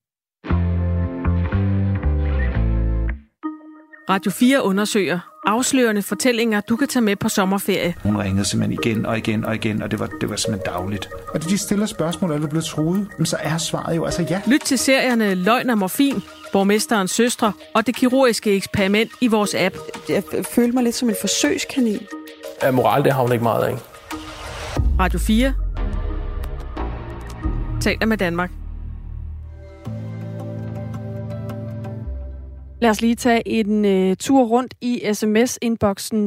Radio 4 undersøger afslørende fortællinger, du kan tage med på sommerferie. Hun ringede simpelthen igen, og det var simpelthen dagligt. Og de stiller spørgsmål, er du blevet truet? Men så er svaret jo altså ja. Lyt til serierne Løgn og Morfin, Borgmesterens Søstre og Det Kirurgiske Eksperiment i vores app. Jeg følte mig lidt som en forsøgskanin. Ja, moral, det har hun ikke meget af. Radio 4 taler med Danmark. Lad os lige tage en tur rundt i sms-inboxen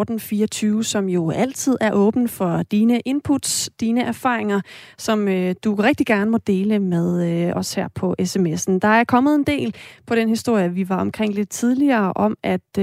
1424, som jo altid er åben for dine inputs, dine erfaringer, som du rigtig gerne må dele med os her på sms'en. Der er kommet en del på den historie, vi var omkring lidt tidligere, om at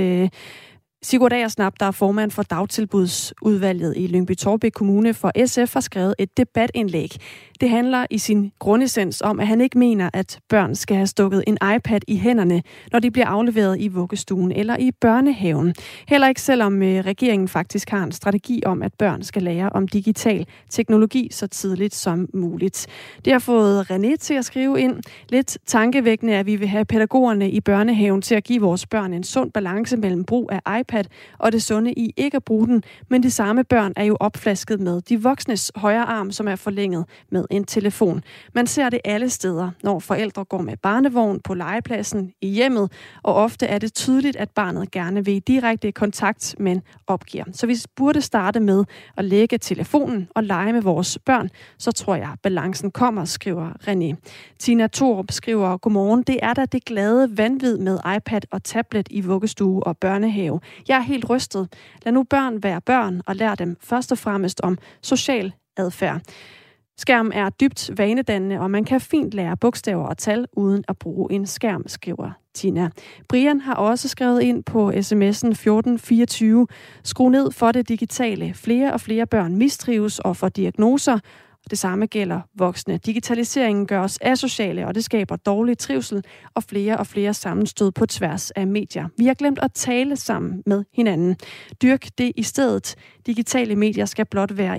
Sigurd Agersnap, der er formand for dagtilbudsudvalget i Lyngby-Taarbæk Kommune for SF, har skrevet et debatindlæg. Det handler i sin grundessens om, at han ikke mener, at børn skal have stukket en iPad i hænderne, når de bliver afleveret i vuggestuen eller i børnehaven. Heller ikke selvom regeringen faktisk har en strategi om, at børn skal lære om digital teknologi så tidligt som muligt. Det har fået René til at skrive ind. Lidt tankevækkende, at vi vil have pædagogerne i børnehaven til at give vores børn en sund balance mellem brug af iPad og det sunde i ikke at bruge den, men de samme børn er jo opflasket med de voksnes højre arm, som er forlænget med en telefon. Man ser det alle steder, når forældre går med barnevogn på legepladsen i hjemmet, og ofte er det tydeligt, at barnet gerne vil i direkte kontakt, men opgiver. Så vi burde starte med at lægge telefonen og lege med vores børn, så tror jeg, balancen kommer, skriver René. Tina Thorup skriver, godmorgen, det er da det glade vanvid med iPad og tablet i vuggestue og børnehave. Jeg er helt rystet. Lad nu børn være børn og lær dem først og fremmest om social adfærd. Skærm er dybt vanedannende, og man kan fint lære bogstaver og tal uden at bruge en skærm, skriver Tina. Brian har også skrevet ind på sms'en 1424. Skru ned for det digitale. Flere og flere børn mistrives og får diagnoser. Det samme gælder voksne. Digitaliseringen gør os asociale, og det skaber dårlig trivsel og flere sammenstød på tværs af medier. Vi har glemt at tale sammen med hinanden. Dyrk det i stedet. Digitale medier skal blot være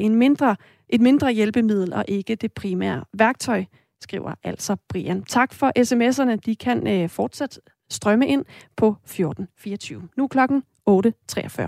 et mindre hjælpemiddel og ikke det primære værktøj, skriver altså Brian. Tak for sms'erne. De kan fortsat strømme ind på 1424. Nu klokken 8.43.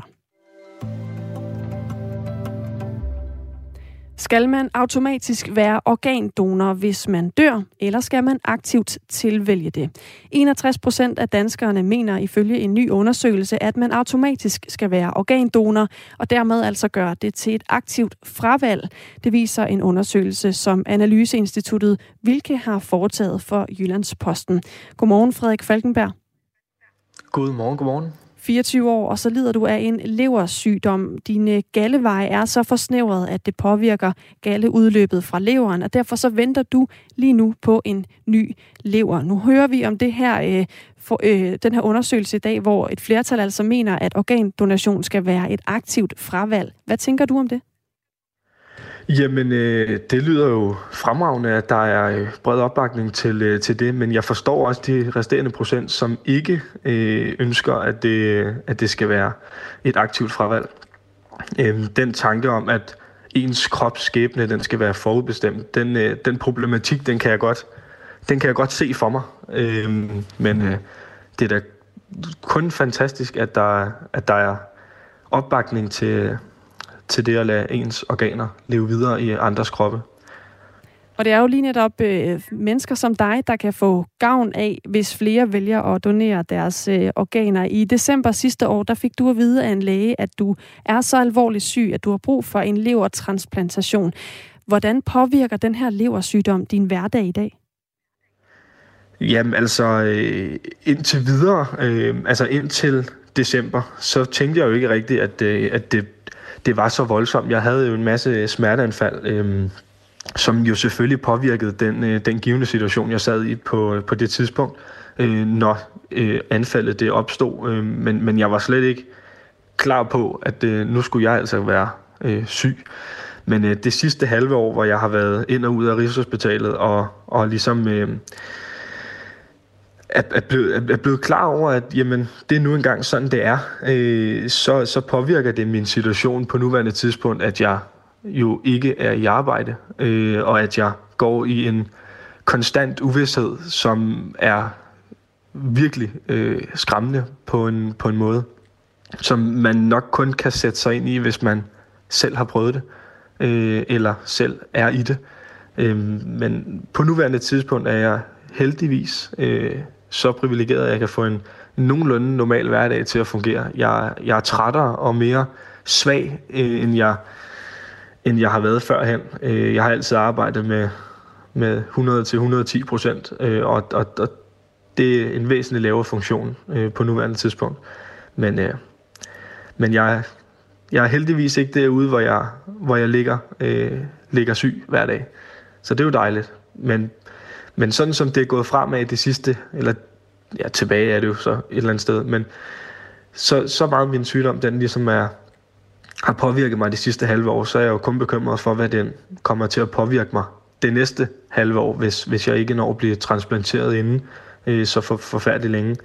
Skal man automatisk være organdonor, hvis man dør, eller skal man aktivt tilvælge det? 61% af danskerne mener ifølge en ny undersøgelse, at man automatisk skal være organdonor, og dermed altså gøre det til et aktivt fravalg. Det viser en undersøgelse, som Analyseinstituttet Vilke har foretaget for Jyllandsposten. Godmorgen, Frederik Falkenberg. Godmorgen. 24 år, og så lider du af en leversygdom. Dine galleveje er så forsnævret, at det påvirker galleudløbet fra leveren, og derfor så venter du lige nu på en ny lever. Nu hører vi om det her, den her undersøgelse i dag, hvor et flertal altså mener, at organdonation skal være et aktivt fravalg. Hvad tænker du om det? Jamen, det lyder jo fremragende, at der er bred opbakning til det, men jeg forstår også de resterende procent, som ikke ønsker, at det skal være et aktivt fravalg. Den tanke om, at ens krops skæbne, den skal være forudbestemt, den problematik, den kan jeg godt se for mig. Men det er da kun fantastisk, at der er opbakning til det at lade ens organer leve videre i andres kroppe. Og det er jo lige netop mennesker som dig, der kan få gavn af, hvis flere vælger at donere deres organer. I december sidste år, der fik du at vide af en læge, at du er så alvorligt syg, at du har brug for en levertransplantation. Hvordan påvirker den her leversygdom din hverdag i dag? Jamen altså, indtil videre, altså indtil december, så tænkte jeg jo ikke rigtigt, at det var så voldsomt. Jeg havde jo en masse smerteanfald, som jo selvfølgelig påvirkede den givne situation, jeg sad i på det tidspunkt, når anfaldet det opstod. Men jeg var slet ikke klar på, at nu skulle jeg altså være syg. Men det sidste halve år, hvor jeg har været ind og ud af Rigshospitalet og ligesom er blevet klar over, at jamen, det er nu engang sådan, det er, så påvirker det min situation på nuværende tidspunkt, at jeg jo ikke er i arbejde, og at jeg går i en konstant uvished, som er virkelig skræmmende på en måde, som man nok kun kan sætte sig ind i, hvis man selv har prøvet det, eller selv er i det. Men på nuværende tidspunkt er jeg heldigvis så privilegeret, at jeg kan få en nogenlunde normal hverdag til at fungere. Jeg er trættere og mere svag, end jeg har været førhen. Jeg har altid arbejdet med 100-110%, og det er en væsentlig lavere funktion på nuværende tidspunkt. Men jeg er heldigvis ikke derude, hvor jeg ligger syg hver dag. Så det er jo dejligt. Men sådan som det er gået fremad det sidste, eller ja, tilbage er det jo så et eller andet sted, men så meget min sygdom, den ligesom har påvirket mig de sidste halve år, så er jeg jo kun bekymret for, hvad den kommer til at påvirke mig det næste halve år, hvis jeg ikke når at blive transplanteret inden så forfærdeligt længe.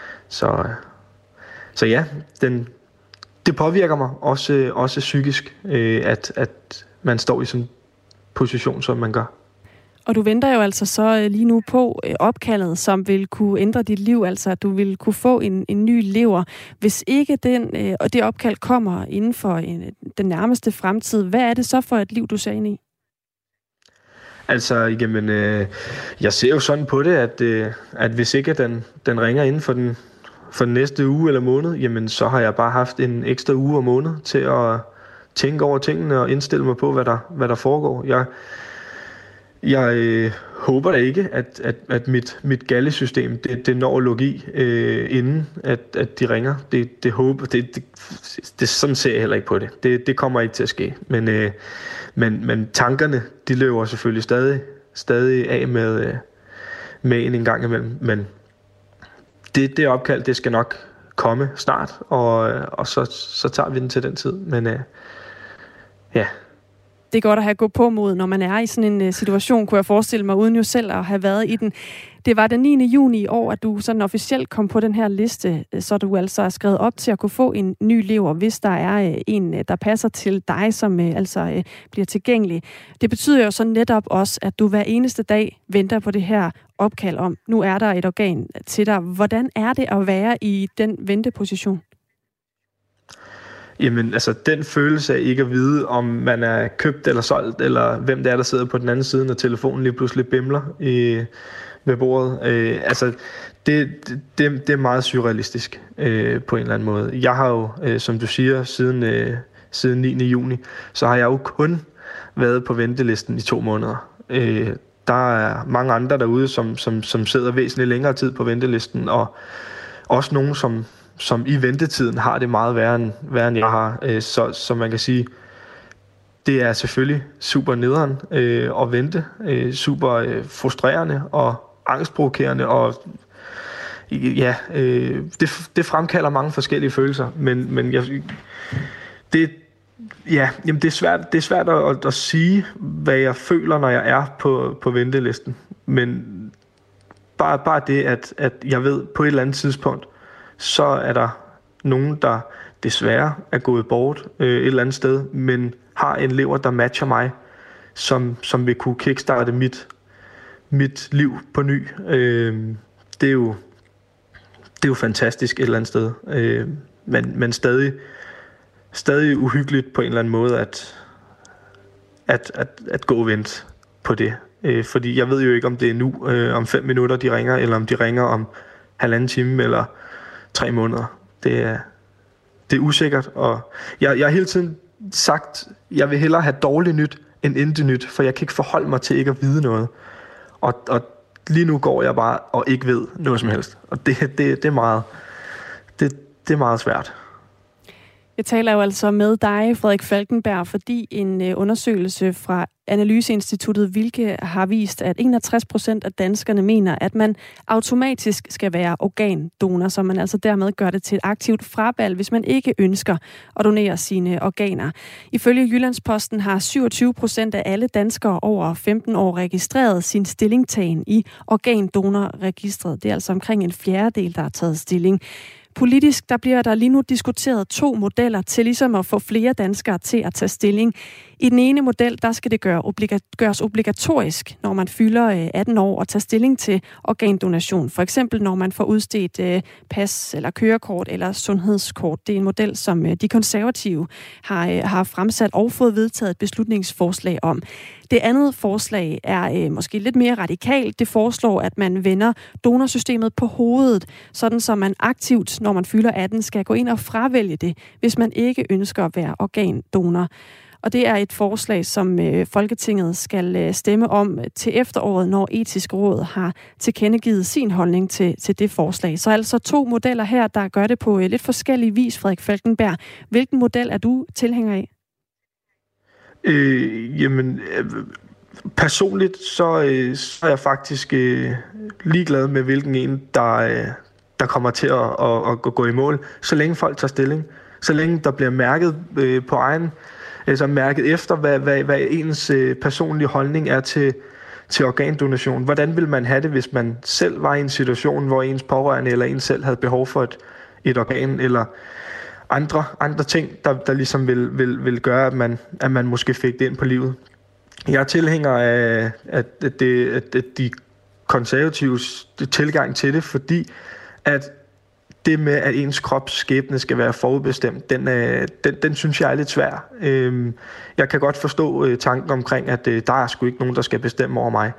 Så ja, det påvirker mig også psykisk, at man står i sådan en position, som man gør. Og du venter jo altså så lige nu på opkaldet, som vil kunne ændre dit liv, altså at du vil kunne få en ny lever. Hvis ikke det opkald kommer inden for den nærmeste fremtid, hvad er det så for et liv, du ser ind i? Altså, jamen, jeg ser jo sådan på det, at hvis ikke den ringer inden for den næste uge eller måned, jamen så har jeg bare haft en ekstra uge og måned til at tænke over tingene og indstille mig på, hvad der foregår. Jeg håber da ikke, at mit gallesystem det når at lukke i, inden at de ringer. Det håber det sådan ser jeg heller ikke på det. Det kommer ikke til at ske. Men tankerne, de løber selvfølgelig stadig af med en gang imellem. Men det opkald, det skal nok komme snart, og så tager vi den til den tid. Men ja. Det er godt at have gået på mod, når man er i sådan en situation, kunne jeg forestille mig, uden jo selv at have været i den. Det var den 9. juni i år, at du sådan officielt kom på den her liste, så du altså er skrevet op til at kunne få en ny lever, hvis der er en, der passer til dig, som altså bliver tilgængelig. Det betyder jo så netop også, at du hver eneste dag venter på det her opkald om, nu er der et organ til dig. Hvordan er det at være i den venteposition? Jamen, altså den følelse af ikke at vide, om man er købt eller solgt, eller hvem det er, der sidder på den anden side, når telefonen lige pludselig bimler ved bordet. Altså, det er meget surrealistisk på en eller anden måde. Jeg har jo, som du siger, siden 9. juni, så har jeg jo kun været på ventelisten i 2 måneder. Der er mange andre derude, som sidder væsentligt længere tid på ventelisten, og også nogen, som i ventetiden har det meget værre end jeg har. Så man kan sige, det er selvfølgelig super nederen at vente, super frustrerende og angstprovokerende, og ja, det fremkalder mange forskellige følelser, men det er svært at sige, hvad jeg føler, når jeg er på ventelisten, men bare det, at jeg ved på et eller andet tidspunkt, så er der nogen, der desværre er gået bort et eller andet sted, men har en lever, der matcher mig, som vil kunne kickstarte mit liv på ny. Det er jo fantastisk et eller andet sted, men stadig uhyggeligt på en eller anden måde at gå og vente på det. Fordi jeg ved jo ikke, om det er nu, om 5 minutter, de ringer, eller om de ringer om 1,5 time, eller 3 måneder. Det er usikkert, og jeg har hele tiden sagt, jeg vil hellere have dårligt nyt end intet nyt, for jeg kan ikke forholde mig til ikke at vide noget. Og lige nu går jeg bare og ikke ved noget som helst. Og det er meget svært. Jeg taler jo altså med dig, Frederik Falkenberg, fordi en undersøgelse fra Analyseinstituttet Wilke har vist, at 61% af danskerne mener, at man automatisk skal være organdonor, så man altså dermed gør det til et aktivt fravalg, hvis man ikke ønsker at donere sine organer. Ifølge Jyllandsposten har 27% af alle danskere over 15 år registreret sin stillingtagen i organdonorregistret. Det er altså omkring en fjerdedel, der har taget stilling. Politisk der bliver der lige nu diskuteret 2 modeller til ligesom at få flere danskere til at tage stilling. I den ene model, der skal det gøres obligatorisk, når man fylder 18 år og tager stilling til organdonation. For eksempel når man får udstedt pas eller kørekort eller sundhedskort. Det er en model, som de konservative har fremsat og fået vedtaget et beslutningsforslag om. Det andet forslag er måske lidt mere radikalt. Det foreslår, at man vender donorsystemet på hovedet, sådan så man aktivt, når man fylder 18, skal gå ind og fravælge det, hvis man ikke ønsker at være organdonor. Og det er et forslag, som Folketinget skal stemme om til efteråret, når Etisk Råd har tilkendegivet sin holdning til det forslag. Så altså 2 modeller her, der gør det på lidt forskellig vis, Frederik Falkenberg. Hvilken model er du tilhænger af? Personligt så er jeg faktisk ligeglad med, hvilken en, der kommer til at gå i mål, så længe folk tager stilling. Så længe der bliver mærket på egen, altså mærket efter, hvad ens personlige holdning er til organdonation. Hvordan vil man have det, hvis man selv var i en situation, hvor ens pårørende eller en selv havde behov for et organ, eller andre ting, der ligesom vil gøre, at man måske fik det ind på livet. Jeg er tilhænger af at de konservatives tilgang til det, fordi at det med, at ens krops skæbne skal være forudbestemt, den synes jeg er lidt svær. Jeg kan godt forstå tanken omkring, at der er sgu ikke nogen, der skal bestemme over mig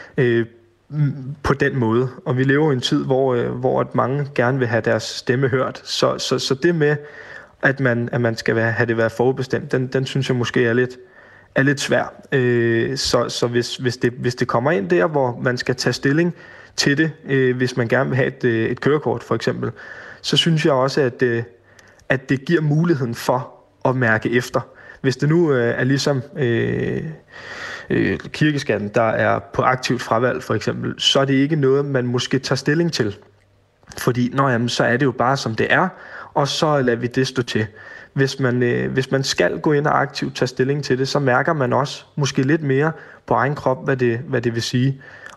på den måde. Og vi lever i en tid, hvor mange gerne vil have deres stemme hørt. Så det med, at man skal have det været forudbestemt, den synes jeg måske er lidt svær. Så hvis det kommer ind der, hvor man skal tage stilling til det, hvis man gerne vil have et kørekort for eksempel, så synes jeg også, at det giver muligheden for at mærke efter. Hvis det nu er ligesom kirkeskatten, der er på aktivt fravalg for eksempel, så er det ikke noget, man måske tager stilling til. Fordi så er det jo bare som det er, og så lader vi det stå til. Hvis man skal gå ind og aktivt tage stilling til det, så mærker man også måske lidt mere på egen krop, hvad det vil sige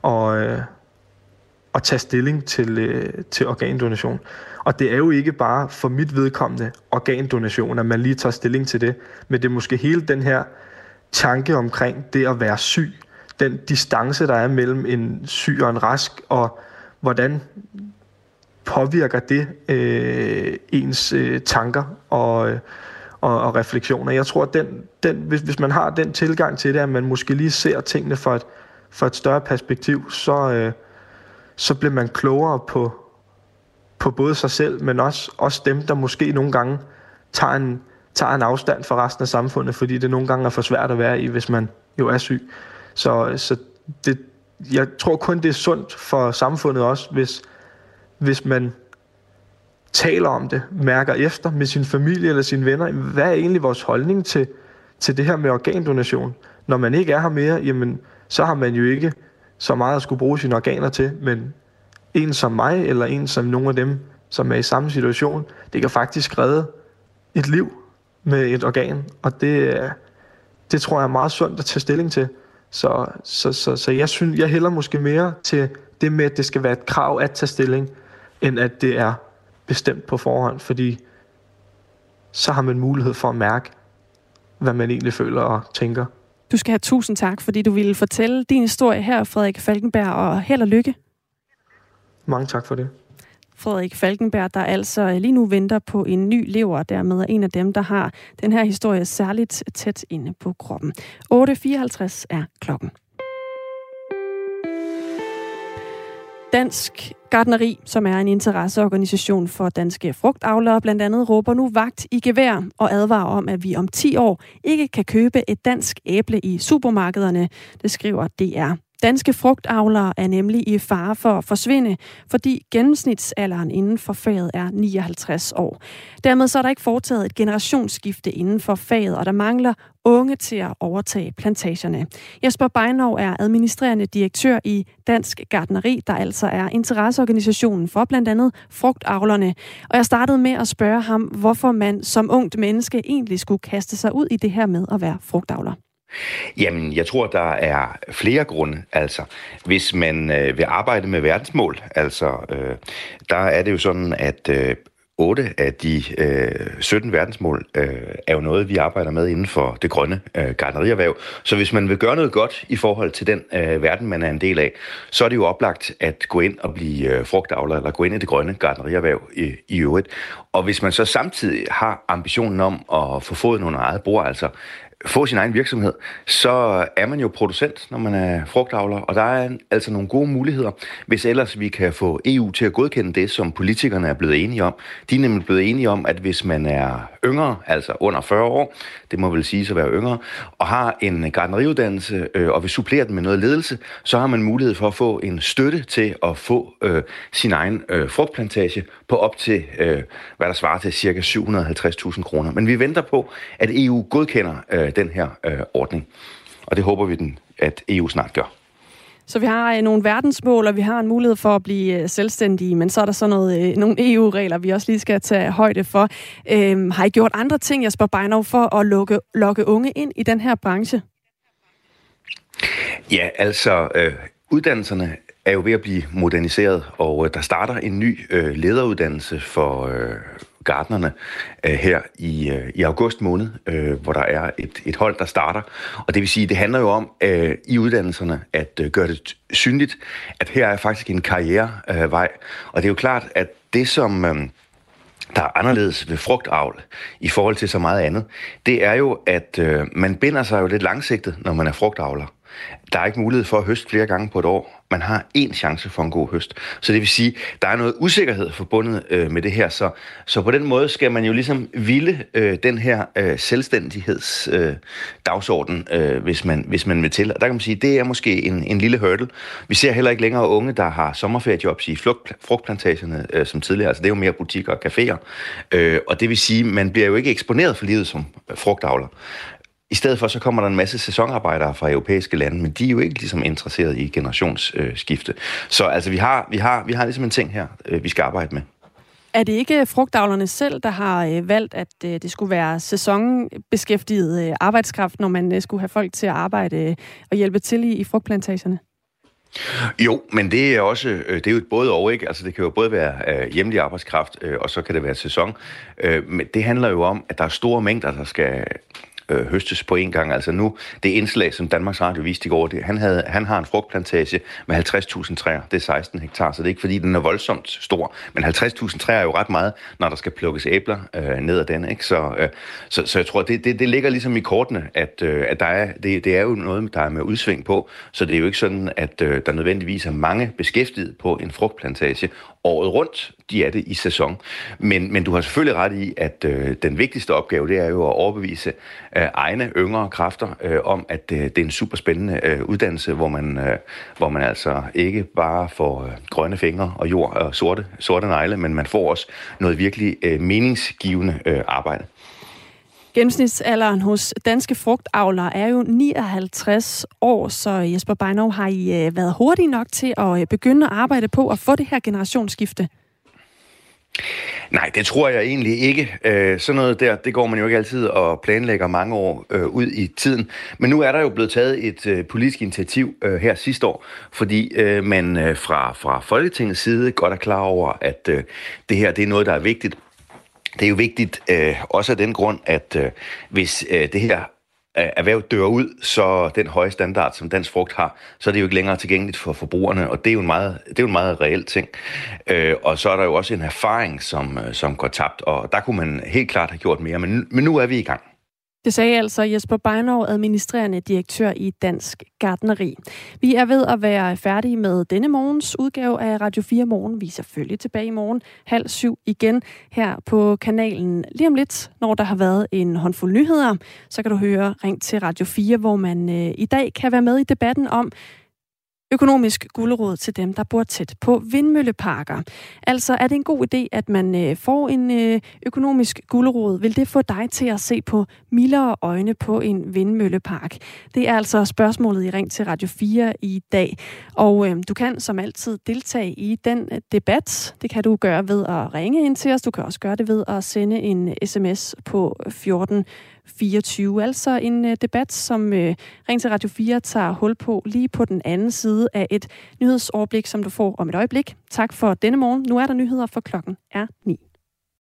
at tage stilling til organdonation. Og det er jo ikke bare for mit vedkommende organdonation, at man lige tager stilling til det, men det er måske hele den her tanke omkring det at være syg, den distance, der er mellem en syg og en rask, og hvordan påvirker det ens tanker og refleksioner. Jeg tror, at hvis man har den tilgang til det, at man måske lige ser tingene for et større perspektiv, så bliver man klogere på både sig selv, men også dem, der måske nogle gange tager en afstand fra resten af samfundet, fordi det nogle gange er for svært at være i, hvis man jo er syg. Så jeg tror kun, det er sundt for samfundet også, hvis man taler om det, mærker efter med sin familie eller sine venner. Hvad er egentlig vores holdning til det her med organdonation? Når man ikke er her mere, jamen, så har man jo ikke så meget at skulle bruge sine organer til, men en som mig, eller en som nogle af dem, som er i samme situation, det kan faktisk redde et liv med et organ, og det tror jeg er meget sundt at tage stilling til. Så jeg synes, jeg hælder måske mere til det med, at det skal være et krav at tage stilling, end at det er bestemt på forhånd, fordi så har man mulighed for at mærke, hvad man egentlig føler og tænker. Du skal have 1000 tak, fordi du ville fortælle din historie her, Frederik Falkenberg, og held og lykke. Mange tak for det. Frederik Falkenberg, der altså lige nu venter på en ny lever, og dermed er en af dem, der har den her historie særligt tæt inde på kroppen. 8:54 er klokken. Dansk Gartneri, som er en interesseorganisation for danske frugtavlere, blandt andet råber nu vagt i gevær og advarer om, at vi om 10 år ikke kan købe et dansk æble i supermarkederne. Det skriver DR. Danske frugtavlere er nemlig i fare for at forsvinde, fordi gennemsnitsalderen inden for faget er 59 år. Dermed så er der ikke foretaget et generationsskifte inden for faget, og der mangler unge til at overtage plantagerne. Jesper Beinov er administrerende direktør i Dansk Gartneri, der altså er interesseorganisationen for blandt andet frugtavlerne. Og jeg startede med at spørge ham, hvorfor man som ungt menneske egentlig skulle kaste sig ud i det her med at være frugtavler. Jamen, jeg tror, der er flere grunde. Altså, hvis man vil arbejde med verdensmål, der er det jo sådan, at 8 af de 17 verdensmål er jo noget, vi arbejder med inden for det grønne gartnerierhverv. Så hvis man vil gøre noget godt i forhold til den verden, man er en del af, så er det jo oplagt at gå ind og blive frugtavler, eller gå ind i det grønne gartnerierhverv i øvrigt. Og hvis man så samtidig har ambitionen om at få fået nogle eget bord, altså få sin egen virksomhed, så er man jo producent, når man er frugtavler, og der er altså nogle gode muligheder, hvis ellers vi kan få EU til at godkende det, som politikerne er blevet enige om. De er nemlig blevet enige om, at hvis man er yngre, altså under 40 år, det må vel sige at være yngre, og har en gartneriuddannelse, og vil supplere den med noget ledelse, så har man mulighed for at få en støtte til at få sin egen frugtplantage på op til, hvad der svarer til ca. 750.000 kroner. Men vi venter på, at EU godkender den her ordning. Og det håber vi, at EU snart gør. Så vi har nogle verdensmål, og vi har en mulighed for at blive selvstændige, men så er der så nogle EU-regler, vi også lige skal tage højde for. Har I gjort andre ting, Jesper Beinov, for at lokke unge ind i den her branche? Ja, uddannelserne er jo ved at blive moderniseret, og der starter en ny lederuddannelse for gartnerne her i august måned, hvor der er et hold, der starter. Og det vil sige, det handler jo om i uddannelserne at gøre det synligt, at her er faktisk en karrierevej. Og det er jo klart, at det som der er anderledes ved frugtavl i forhold til så meget andet, det er jo, at man binder sig jo lidt langsigtet, når man er frugtavler. Der er ikke mulighed for at høste flere gange på et år. Man har én chance for en god høst. Så det vil sige, der er noget usikkerhed forbundet med det her. Så på den måde skal man jo ligesom ville den her selvstændighedsdagsorden, hvis man vil til. Og der kan man sige, det er måske en lille hurdle. Vi ser heller ikke længere unge, der har sommerferiejobs i frugtplantagerne som tidligere. Altså det er jo mere butikker og caféer. Og det vil sige, man bliver jo ikke eksponeret for livet som frugtavler. I stedet for, så kommer der en masse sæsonarbejdere fra europæiske lande, men de er jo ikke ligesom interesseret i generationsskifte. Så altså, vi har ligesom en ting her, vi skal arbejde med. Er det ikke frugtavlerne selv, der har valgt, at det skulle være sæsonbeskæftiget arbejdskraft, når man skulle have folk til at arbejde og hjælpe til i frugtplantagerne? Jo, men det er også, det er jo et både og, ikke? Altså det kan jo både være hjemlig arbejdskraft, og så kan det være sæson. Men det handler jo om, at der er store mængder, der skal høstes på en gang. Altså nu, det indslag, som Danmarks Radio viste i går, han har en frugtplantage med 50.000 træer. Det er 16 hektar, så det er ikke fordi, den er voldsomt stor. Men 50.000 træer er jo ret meget, når der skal plukkes æbler ned af den, ikke? Så jeg tror, det ligger ligesom i kortene, at der er, det er jo noget, der er med udsving på, så det er jo ikke sådan, at der nødvendigvis er mange beskæftiget på en frugtplantage året rundt. De er det i sæson. Men du har selvfølgelig ret i, at den vigtigste opgave, det er jo at overbevise egne yngre kræfter om, at det er en super spændende uddannelse, hvor man altså ikke bare får grønne fingre og jord og sorte negle, men man får også noget virkelig meningsgivende arbejde. Gennemsnitsalderen hos danske frugtavlere er jo 59 år, så Jesper Beinov, har I været hurtige nok til at begynde at arbejde på at få det her generationsskifte? Nej, det tror jeg egentlig ikke. Sådan noget der, det går man jo ikke altid og planlægger mange år ud i tiden. Men nu er der jo blevet taget et politisk initiativ her sidste år, fordi man fra Folketingets side godt er klar over, at det her det er noget, der er vigtigt. Det er jo vigtigt også af den grund, at hvis det her erhverv dør ud, så den høje standard, som dansk frugt har, så er det jo ikke længere tilgængeligt for forbrugerne, og det er jo en meget reel ting. Og så er der jo også en erfaring, som går tabt, og der kunne man helt klart have gjort mere, men nu er vi i gang. Det sagde altså Jesper Beinov, administrerende direktør i Dansk Gartneri. Vi er ved at være færdige med denne morgens udgave af Radio 4 Morgen. Vi er selvfølgelig tilbage i morgen 6:30 igen her på kanalen. Lige om lidt, når der har været en håndfuld nyheder, så kan du høre Ring til Radio 4, hvor man i dag kan være med i debatten om, økonomisk gulerod til dem, der bor tæt på vindmølleparker. Altså, er det en god idé, at man får en økonomisk gulerod? Vil det få dig til at se på mildere øjne på en vindmøllepark? Det er altså spørgsmålet i Ring til Radio 4 i dag. Og du kan som altid deltage i den debat. Det kan du gøre ved at ringe ind til os. Du kan også gøre det ved at sende en sms på 1424. Altså en debat, som Ring til Radio 4 tager hul på lige på den anden side af et nyhedsoverblik, som du får om et øjeblik. Tak for denne morgen. Nu er der nyheder, for klokken er 9.